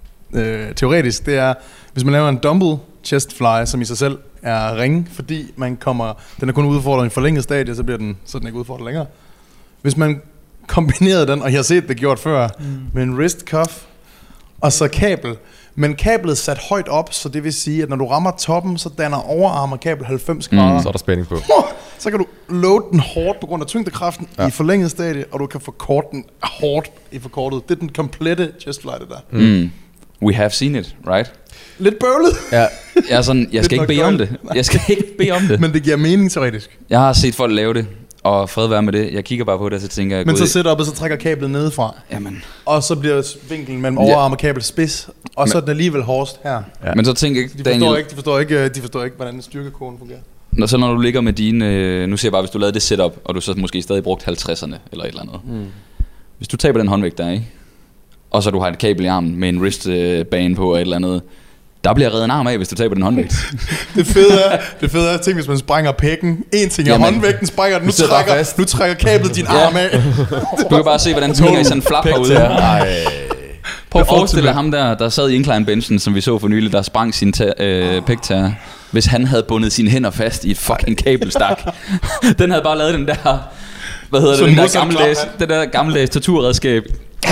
øh, teoretisk, det er, hvis man laver en dumbbell chest fly, som i sig selv er ringe, fordi man kommer... Den er kun udfordret i en forlænget stadie, så bliver den, så den ikke udfordret længere. Hvis man kombinerede den, og jeg har set det gjort før, mm. med en wrist cuff, og så kabel, men kablet sat højt op, så det vil sige, at når du rammer toppen, så danner overarm og kabel halvfems grader. Så er der spænding på. Så kan du load den hårdt på grund af tyngdekraften ja. i forlænget stadie, og du kan forkorte den hårdt i forkortet. Det er den komplette chest fly, det der. Mm. We have seen it, right? Lidt bøvlet, Ja. Jeg er sådan, jeg skal Lidt ikke nok bede om det. Jeg skal ikke bede om det. men det giver mening teoretisk. Jeg har set folk lave det, og fred være med det. Jeg kigger bare på det, og så tænker jeg, Men så gud, sætter op, og så trækker kablet nedefra. jamen. Og så bliver vinklen mellem Ja. overarm og kabel spids, og så er den alligevel hårdest her. Ja. Men så tænk ikke, De forstår Daniel, ikke, de forstår ikke, de forstår ikke, hvordan styrkekoden fungerer. når, så når du ligger med dine, øh, nu ser jeg bare, hvis du lavede det setup, og du så måske stadig brugt halvtredserne, eller et eller andet. Mm. Hvis du taber den håndvægt der, ikke? Og så du har et kabel i armen med en wristbane på og et eller andet, der bliver reddet en arm af, hvis du taber den håndvægt. Det fede er, det fede er, tænk hvis man sprænger pækken. En ting er Jamen, håndvægten sprænger den, nu du sidder bare trækker, fast. nu trækker kablet din arm af. Du kan bare se, hvordan den hænger i sådan en flap herude her. Ej. Prøv at Det er forestille dig ultimate. ham der, der sad i incline benchen, som vi så for nylig, der sprang sin ta- øh, pæktær. Hvis han havde bundet sine hænder fast i et fucking kabelstak. Den havde bare lavet den der, hvad hedder det, Sådan den der modsat gammeldags, klap, den der gammeldags torturredskab.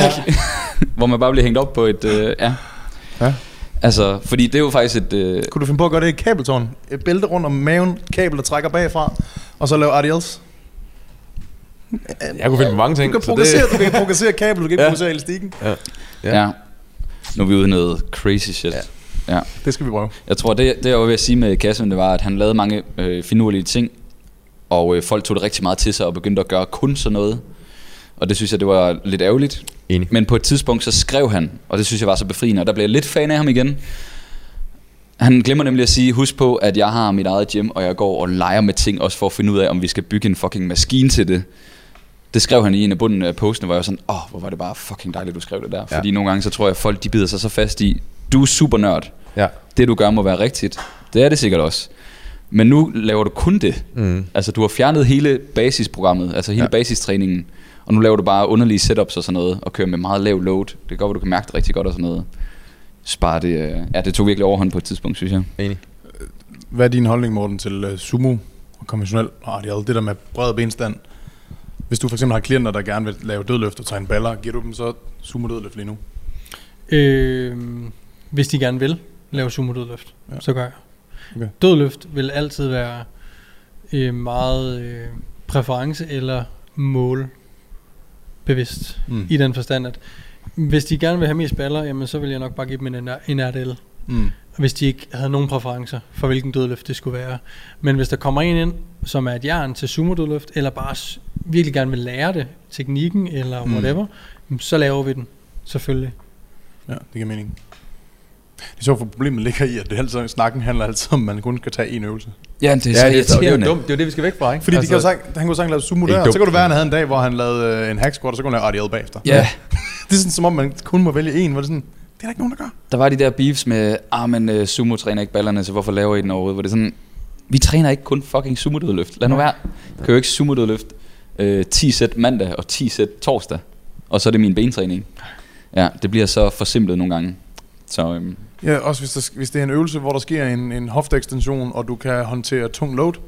Hvor man bare bliver hængt op på et, øh, ja. Ja. Altså, fordi det er jo faktisk et... Øh, Kunne du finde på at gøre det i et kabeltårn? Et bælte rundt om maven, kabel der trækker bagfra, og så lave R D Ls? Jeg kunne finde på mange Du ting. kan så progressere, du kan progressere kabel, du kan ikke Ja. progressere elastikken. Ja. ja. ja. Nu er vi ude i noget crazy shit. Ja. ja. Det skal vi prøve. Jeg tror, det, det jeg var ved at sige med Kassen, det var, at han lavede mange øh, finurlige ting, og øh, folk tog det rigtig meget til sig og begyndte at gøre kun sådan noget. Og det synes jeg, det var lidt ærgerligt. Enig. Men på et tidspunkt, så skrev han, og det synes jeg var så befriende, og der blev jeg lidt fan af ham igen. Han glemmer nemlig at sige, husk på, at jeg har mit eget gym, og jeg går og leger med ting, også for at finde ud af, om vi skal bygge en fucking maskine til det. Det skrev han i en af bunden af postene, hvor jeg var sådan, åh, oh, hvor var det bare fucking dejligt, du skrev det der. Ja. Fordi nogle gange, så tror jeg, at folk de bider sig så fast i, du er super nørd. Ja. Det du gør må være rigtigt. Det er det sikkert også. Men nu laver du kun det. Mm. Altså du har fjernet hele basisprogrammet, altså hele Ja. ja. basistræningen. Og nu laver du bare underlige setups og sådan noget, og kører med meget lav load. Det kan godt være, du kan mærke det rigtig godt og sådan noget. Spar det, øh, ja, det tog virkelig overhånd på et tidspunkt, synes jeg. Enig. Hvad er din holdning, Morten, til uh, sumo og konventionel R D L? Det der med bred benstand. Hvis du for eksempel har klienter, der gerne vil lave dødløft og træne baller, giver du dem så sumo dødløft lige nu? Øh, hvis de gerne vil lave sumo dødløft, Ja. ja. så gør jeg. Okay. Dødløft vil altid være øh, meget øh, præference eller mål bevidst. Mm. I den forstand, at hvis de gerne vil have mest baller, jamen så vil jeg nok bare give dem en, en R D L. Mm. Hvis de ikke havde nogen præferencer for hvilken dødløft det skulle være. Men hvis der kommer en ind, som er et jern til sumo dødløft, eller bare s- virkelig gerne vil lære det, teknikken eller Mm. whatever, mm. så laver vi den, selvfølgelig. Ja, det giver mening. Det er sjovt, for problemet ligger i, at det altid, snakken handler altid om, at man kun kan tage en øvelse. Ja, det er Ja, så det, er, det er jo irriterende. dumt. Det er jo det, vi skal væk fra, ikke? Fordi altså, altså, de kan jo sagt, han kunne sagtens lave sumo Ikke der, dumt. så kunne det være, at han havde en dag, hvor han lavede øh, en hack squat, og så kunne han lave R D L bagefter. Ja, Det er sådan, som om man kun må vælge en, hvor det er sådan, det er der ikke nogen, der gør. der var de der beefs med, ah, men uh, sumo træner ikke ballerne, så hvorfor laver I den overhovedet? Hvor det er sådan, vi træner ikke kun fucking sumo dødløft. Lad nu være. Jeg kan jo ikke sumo dødløft øh, ti sæt mandag og ti sæt torsdag, og så er det min bentræning. Ja, det bliver så forsimplet nogle gange. Så øhm, Ja, også hvis, der, hvis det er en øvelse, hvor der sker en, en hofteekstension, og du kan håndtere tung load,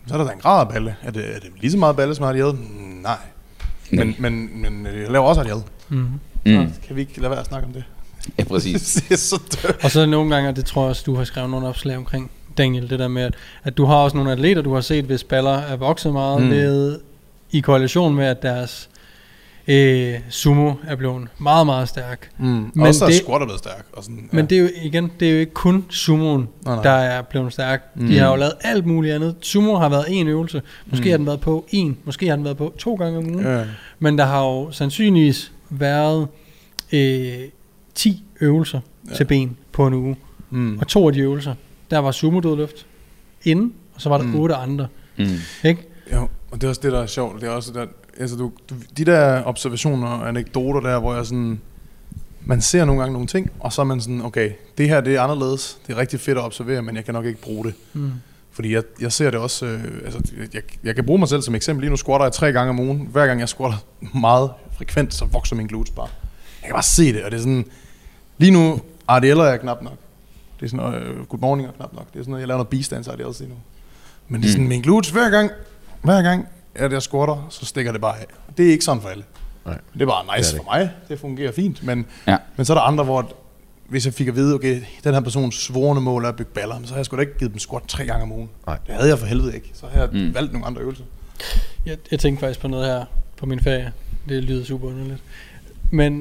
Så er der da en grad af balle. Er det, er det lige så meget balle, som har de Nej. Men, men, men jeg laver også Adiel. Mm. Mm. Kan vi ikke lade være at snakke om det? Ja, præcis. Det er så dødt. Og så nogle gange, og det tror jeg også, du har skrevet nogle opslag omkring, Daniel, det der med, at, at du har også nogle atleter, du har set, hvis baller er vokset meget mm. ved, i korrelation med, at deres øh, sumo er blevet meget, meget stærk. Mm. Men også det, er squat er blevet stærk. Og sådan, ja. Men det er jo igen, det er jo ikke kun sumoen, nej, nej. der er blevet stærk. Mm. De har jo lavet alt muligt andet. Sumo har været en øvelse. Måske mm. har den været på en, måske har den været på to gange om ugen. Ja. Men der har jo sandsynligvis været øh, ti øvelser ja. til ben på en uge. Mm. Og to af de øvelser, der var sumo-dødløft inden, og så var der mm. otte andre. Mm. Ikke? Jo, og det er også det, der er sjovt. Det er også der, altså du, du, de der observationer og anekdoter der, hvor jeg sådan, man ser nogle gange nogle ting, og så er man sådan, okay, det her det er anderledes. Det er rigtig fedt at observere, men jeg kan nok ikke bruge det. Mm. Fordi jeg, jeg ser det også, øh, altså jeg, jeg kan bruge mig selv som eksempel. Lige nu squatter jeg tre gange om ugen. Hver gang jeg squatter meget frekvent, så vokser min glutes bare. Jeg kan bare se det, og det er sådan, lige nu, R D L'er jeg knap nok. Det er sådan noget, uh, good morning er knap nok. Det er sådan noget, jeg laver noget beastance R D L'er lige nu. Men det er sådan, mm. min glutes, hver gang, hver gang, at jeg squatter, så stikker det bare af. Det er ikke sådan for alle. Nej. Det er bare nice det er det. For mig. Det fungerer fint. Men, ja. men så er der andre, hvor hvis jeg fik at vide, okay, den her persons svorne mål er at bygge baller, så har jeg sgu da ikke givet dem squat tre gange om ugen. Nej. Det havde jeg for helvede ikke. Så har jeg mm. valgt nogle andre øvelser. Jeg, jeg tænkte faktisk på noget her på min ferie. Det lyder super underligt. Men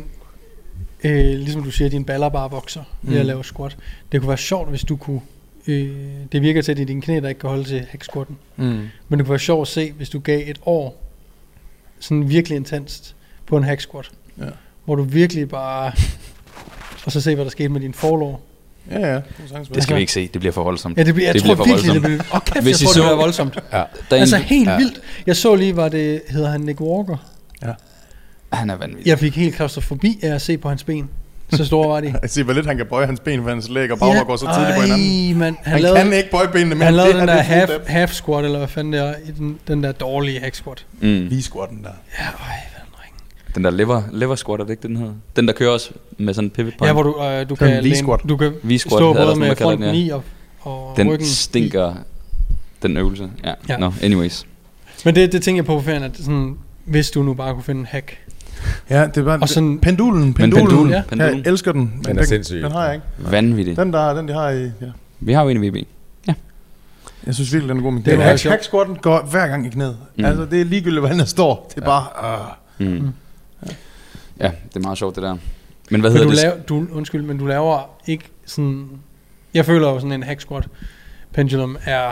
øh, ligesom du siger, at dine baller bare vokser ved mm. at lave squat. Det kunne være sjovt, hvis du kunne... Øh, det virker til, at det er dine knæ, der ikke kan holde til hack squatten. Mm. Men det kunne være sjovt at se, hvis du gav et år sådan virkelig intenst på en hack squat. Ja. Hvor du virkelig bare... og så se, hvad der skete med din forlår. Ja, ja. Det skal vi ikke se. Det bliver for voldsomt. Ja, det bliver, jeg det tror bliver virkelig, det bliver... Åh, kæft, Hvis jeg tror, så... det bliver voldsomt. Ja. Altså helt ja. vildt. Jeg så lige, hvad det hedder han, Nick Walker. Ja. Han er vanvittig. Jeg fik helt klaustrofobi af at se på hans ben. Så store var de. Jeg siger, hvor lidt han kan bøje hans ben, for hans læg og bagler ja. går så tidligt ej, på hinanden. Man, han han lavede, kan ikke bøje benene mere. Han lavede den der half, half squat, eller hvad fanden det er, i den, den der dårlige hack squat. Mm. V-squatten der. Ja, øj, hvad den ring. Den der lever, lever squat, er det ikke den hedder? Den der kører også med sådan en pivot point. Ja, hvor du, øh, du kan, V-squat. Du kan V-squat, stå både med fronten i og, og den ryggen. Den stinker, i. Den øvelse. Ja, ja. No, anyways. Men det, det tænker jeg på på ferien, at sådan, hvis du nu bare kunne finde en hack. Ja, det er bare og sådan, pendulen, pendulen, pendulen, ja. pendulen. Jeg elsker den. Den er sindssyg. Den har jeg ikke. Vanvittig. Den der, den de har i, ja. Vi har jo en i V B. Ja. Jeg synes virkelig, den er god. Men den hack, hack squatten går hver gang i knæet. Mm. Altså, det er ligegyldigt, hvordan der står. Det er ja. bare... Uh. Mm. Ja. ja, det er meget sjovt, det der. Men hvad hedder men du det? Laver, du, undskyld, men du laver ikke sådan... Jeg føler jo sådan en hack squat pendulum er...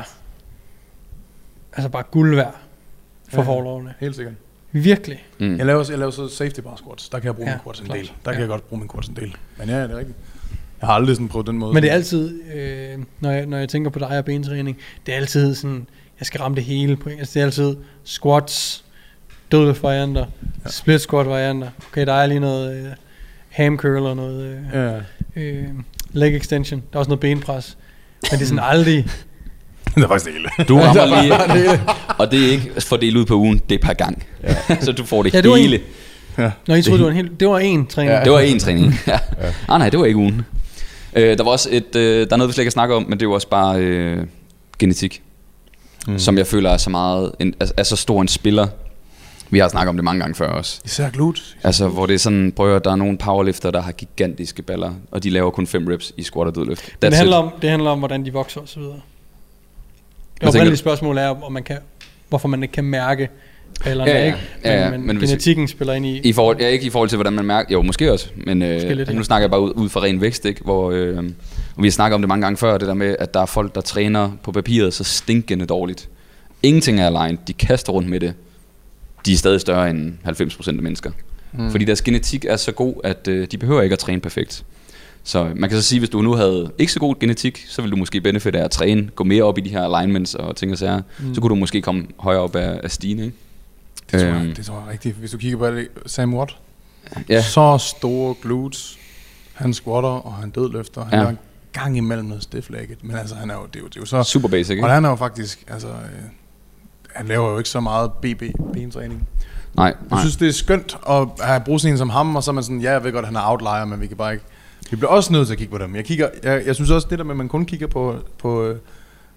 Altså bare guld værd for ja, forlovene. Helt sikkert. Virkelig. Mm. Jeg laver jeg laver så safety bar squats. Der kan jeg bruge ja, min quads en del. Der ja. kan jeg godt bruge min quads en del. Men ja, det er rigtigt. Jeg har aldrig sådan prøvet den måde. Men det er altid, øh, når, jeg, når jeg tænker på dig og bentræning, det er altid sådan, jeg skal ramme det hele på. Altså det er altid squats, dødløft varianter, ja. split squat varianter. Okay, der er lige noget øh, ham curl og noget øh, ja. øh, leg extension. Der er også noget benpres. Men det er sådan aldrig... Det er faktisk det hele. Du rammer lige, og det er ikke fordelt ud på ugen, det er per gang. Ja. Så du får det ja, det hele. Ja. Nå, jeg troede, det var en hel, det var én træning. Ja. Det var én træning, ja. ja. Ah, nej, det var ikke ugen. Øh, der var også et, øh, der er noget, vi slet ikke kan snakke om, men det var også bare øh, genetik, mm. som jeg føler er så meget, en, er, er så stor en spiller. Vi har snakket om det mange gange før også. Især glutes. Altså, hvor det er sådan, prøver, der er nogle powerlifter, der har gigantiske baller, og de laver kun fem reps i squat og dødløft. Men det handler, om, det handler om, hvordan de vokser og så videre. Det oprindelige spørgsmål er, om man kan, hvorfor man ikke kan mærke ballerne, ja, ja. ikke? Men, ja, ja. men, men genetikken vi, spiller ind i... i forhold, ja, ikke i forhold til, hvordan man mærker... Jo, måske også, men øh, lidt, nu ja. snakker jeg bare ud, ud fra ren vækst, ikke? Hvor øh, vi har snakket om det mange gange før, det der med, at der er folk, der træner på papiret så stinkende dårligt. Ingenting er aligned, de kaster rundt med det. De er stadig større end halvfems procent af mennesker. Mm. Fordi deres genetik er så god, at øh, de behøver ikke at træne perfekt. Så man kan så sige, hvis du nu havde ikke så god genetik, så ville du måske benefit af at træne, gå mere op i de her alignments og ting og sager. Mm. Så kunne du måske komme højere op af, af stigen, ikke? Det tror, øhm. jeg, det tror jeg rigtigt. Hvis du kigger på det, Sam Watt, ja. så store glutes, han squatter og han dødløfter, han ja. er gang imellem noget stiff-legged, men altså han er jo, det er jo, det er jo så... Super basic, ikke? Og han er jo faktisk, altså, øh, han laver jo ikke så meget B B-bentræning. Nej, nej. Jeg synes, det er skønt at have brugt sådan en som ham, og så er man sådan, ja, jeg ved godt, at han er outlier, men vi kan bare ikke... Vi bliver også nødt til at kigge på dem. Jeg, kigger, jeg, jeg synes også, det der med, at man kun kigger på, på,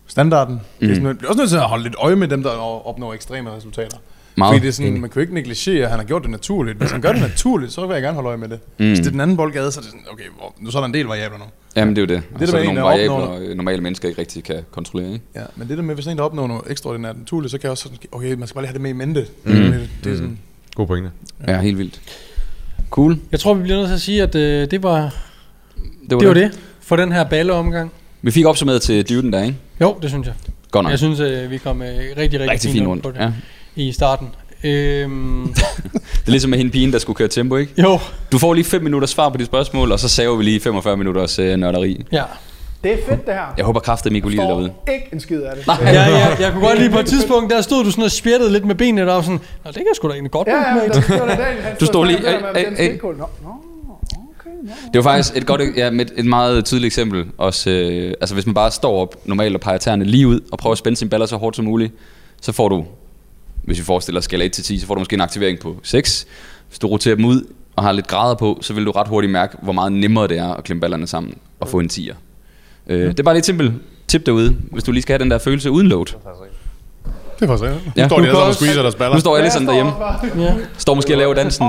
standarden. Mm. Det er, sådan, Mm. det er også nødt til at holde lidt øje med dem, der opnår ekstreme resultater. Meget. Fordi det er sådan, man kan jo ikke negligere, at han har gjort det naturligt. Hvis han gør det naturligt, så vil jeg gerne holde øje med det. Mm. Hvis det er den anden boldgade, så er det sådan, okay, hvor, nu så er der en del variabler nu. Jamen det er jo det. Det er så der er der en, nogle der variabler, opnår- normale mennesker ikke rigtig kan kontrollere, ikke? Ja, men det der med, hvis en der opnår noget ekstraordinært naturligt, så kan jeg også sådan, okay, man skal bare lige have det med i mente. Mm. Det, det er sådan, God pointe. Ja, ja helt vildt. Cool. Jeg tror, vi bliver nødt til at sige, at øh, det var Det var det, var det. det for den her balleomgang. Vi fik opsummeret til dyden der, ikke? Jo, det synes jeg. Godt nok. Jeg synes, øh, vi kom øh, rigtig, rigtig, Rigtig fint rundt. på det Ja. i starten. Øhm, Det er ligesom med hende pigen, der skulle køre tempo, ikke? jo, Du får lige fem minutters svar på de spørgsmål, og så saver vi lige femogfyrre minutters øh, nørderi. ja. Det er fedt, det her. Jeg håber kraftigt, at I kunne lide det derude. Forstår ikke en skid af det. Nej. Ja, ja, jeg kunne godt lide på et tidspunkt, der stod du sådan og spjættede lidt med benene, der var sådan, nå, det kan jeg sgu da egentlig godt Ja, ja, med. men det var da dagen, han Du står lige- der med Ey, den ey, ey. stikkål. Nå, nå, okay, nå. Det var faktisk et godt, ja, med et meget tydeligt eksempel. Også, øh, altså hvis man bare står op normalt og peger tæerne lige ud og prøver at spænde sine baller så hårdt som muligt, så får du, hvis vi forestiller skala et til ti, så får du måske en aktivering på seks. Hvis du roterer dem ud og har lidt grader på, så vil du ret hurtigt mærke, hvor meget nemmere det er at klemme ballerne sammen og få en tier. Øh, det er bare lidt simpelt tip derude, hvis du lige skal have den der følelse uden load. det er faktisk rigtigt. Nu Ja. står de Du alle kan sammen og også- squeezer deres baller. Nu står alle Ja, sådan jeg derhjemme. står Ja. Står måske og laver dansen.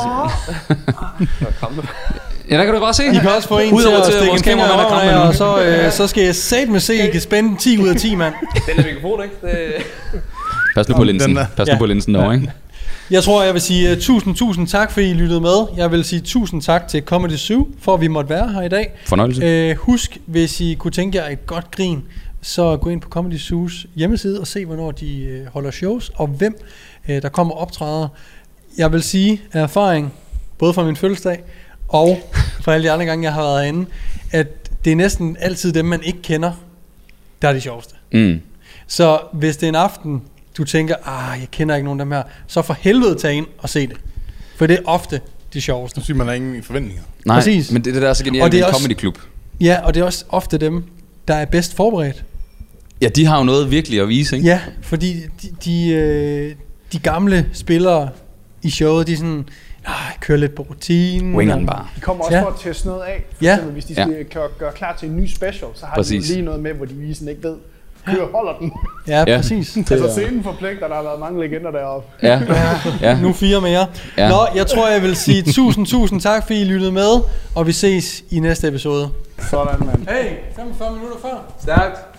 Ja, der kan du godt se. I kan også få en Ud til over at til stikke vores en finger i kameramand og røven af, kramme og så, øh, så skal jeg sat med se, at I kan spænde ti ud af ti, mand. Den er mikrofon, ikke? Det... Pas nu på Om linsen. den er- Pas nu Ja. på linsen derovre, ikke? Jeg tror, jeg vil sige uh, tusind, tusind tak, fordi I lyttede med. Jeg vil sige tusind tak til Comedy Zoo, for at vi måtte være her i dag. Fornøjelse. Uh, husk, hvis I kunne tænke jer et godt grin, så gå ind på Comedy Zoos hjemmeside og se, hvornår de uh, holder shows, og hvem uh, der kommer optræder. Jeg vil sige af erfaring, både fra min fødselsdag og fra alle de andre gange, jeg har været herinde, at det er næsten altid dem, man ikke kender, der er de sjoveste. Mm. Så hvis det er en aften, du tænker, ah, jeg kender ikke nogen af dem her, så for helvede tag ind og se det. For det er ofte de sjoveste. Nu siger man, der er ingen forventninger. Nej, Præcis. men det, det der er så Og genialt det med er en også- comedy klub. Ja, og det er også ofte dem, der er bedst forberedt. Ja, de har jo noget virkelig at vise, ikke? Ja, fordi de, de, øh, de gamle spillere i showet, de er sådan, ah, kører lidt på rutinen. Winger og- den bare. De kommer også Ja. for at teste noget af. For Ja. eksempel, hvis de Ja. skal gøre, gøre klar til en ny special, så har Præcis. de jo lige noget med, hvor de visen ikke ved. Kører holder den. Ja, Ja. præcis. Altså scenen forpligter, der har været mange legender deroppe. Ja, ja. Nu fire mere. Ja. Ja. Nå, jeg tror, jeg vil sige tusind, tusind tak, fordi I lyttede med, og vi ses i næste episode. Sådan, mand. Hey, femogfyrre minutter før. Stærkt.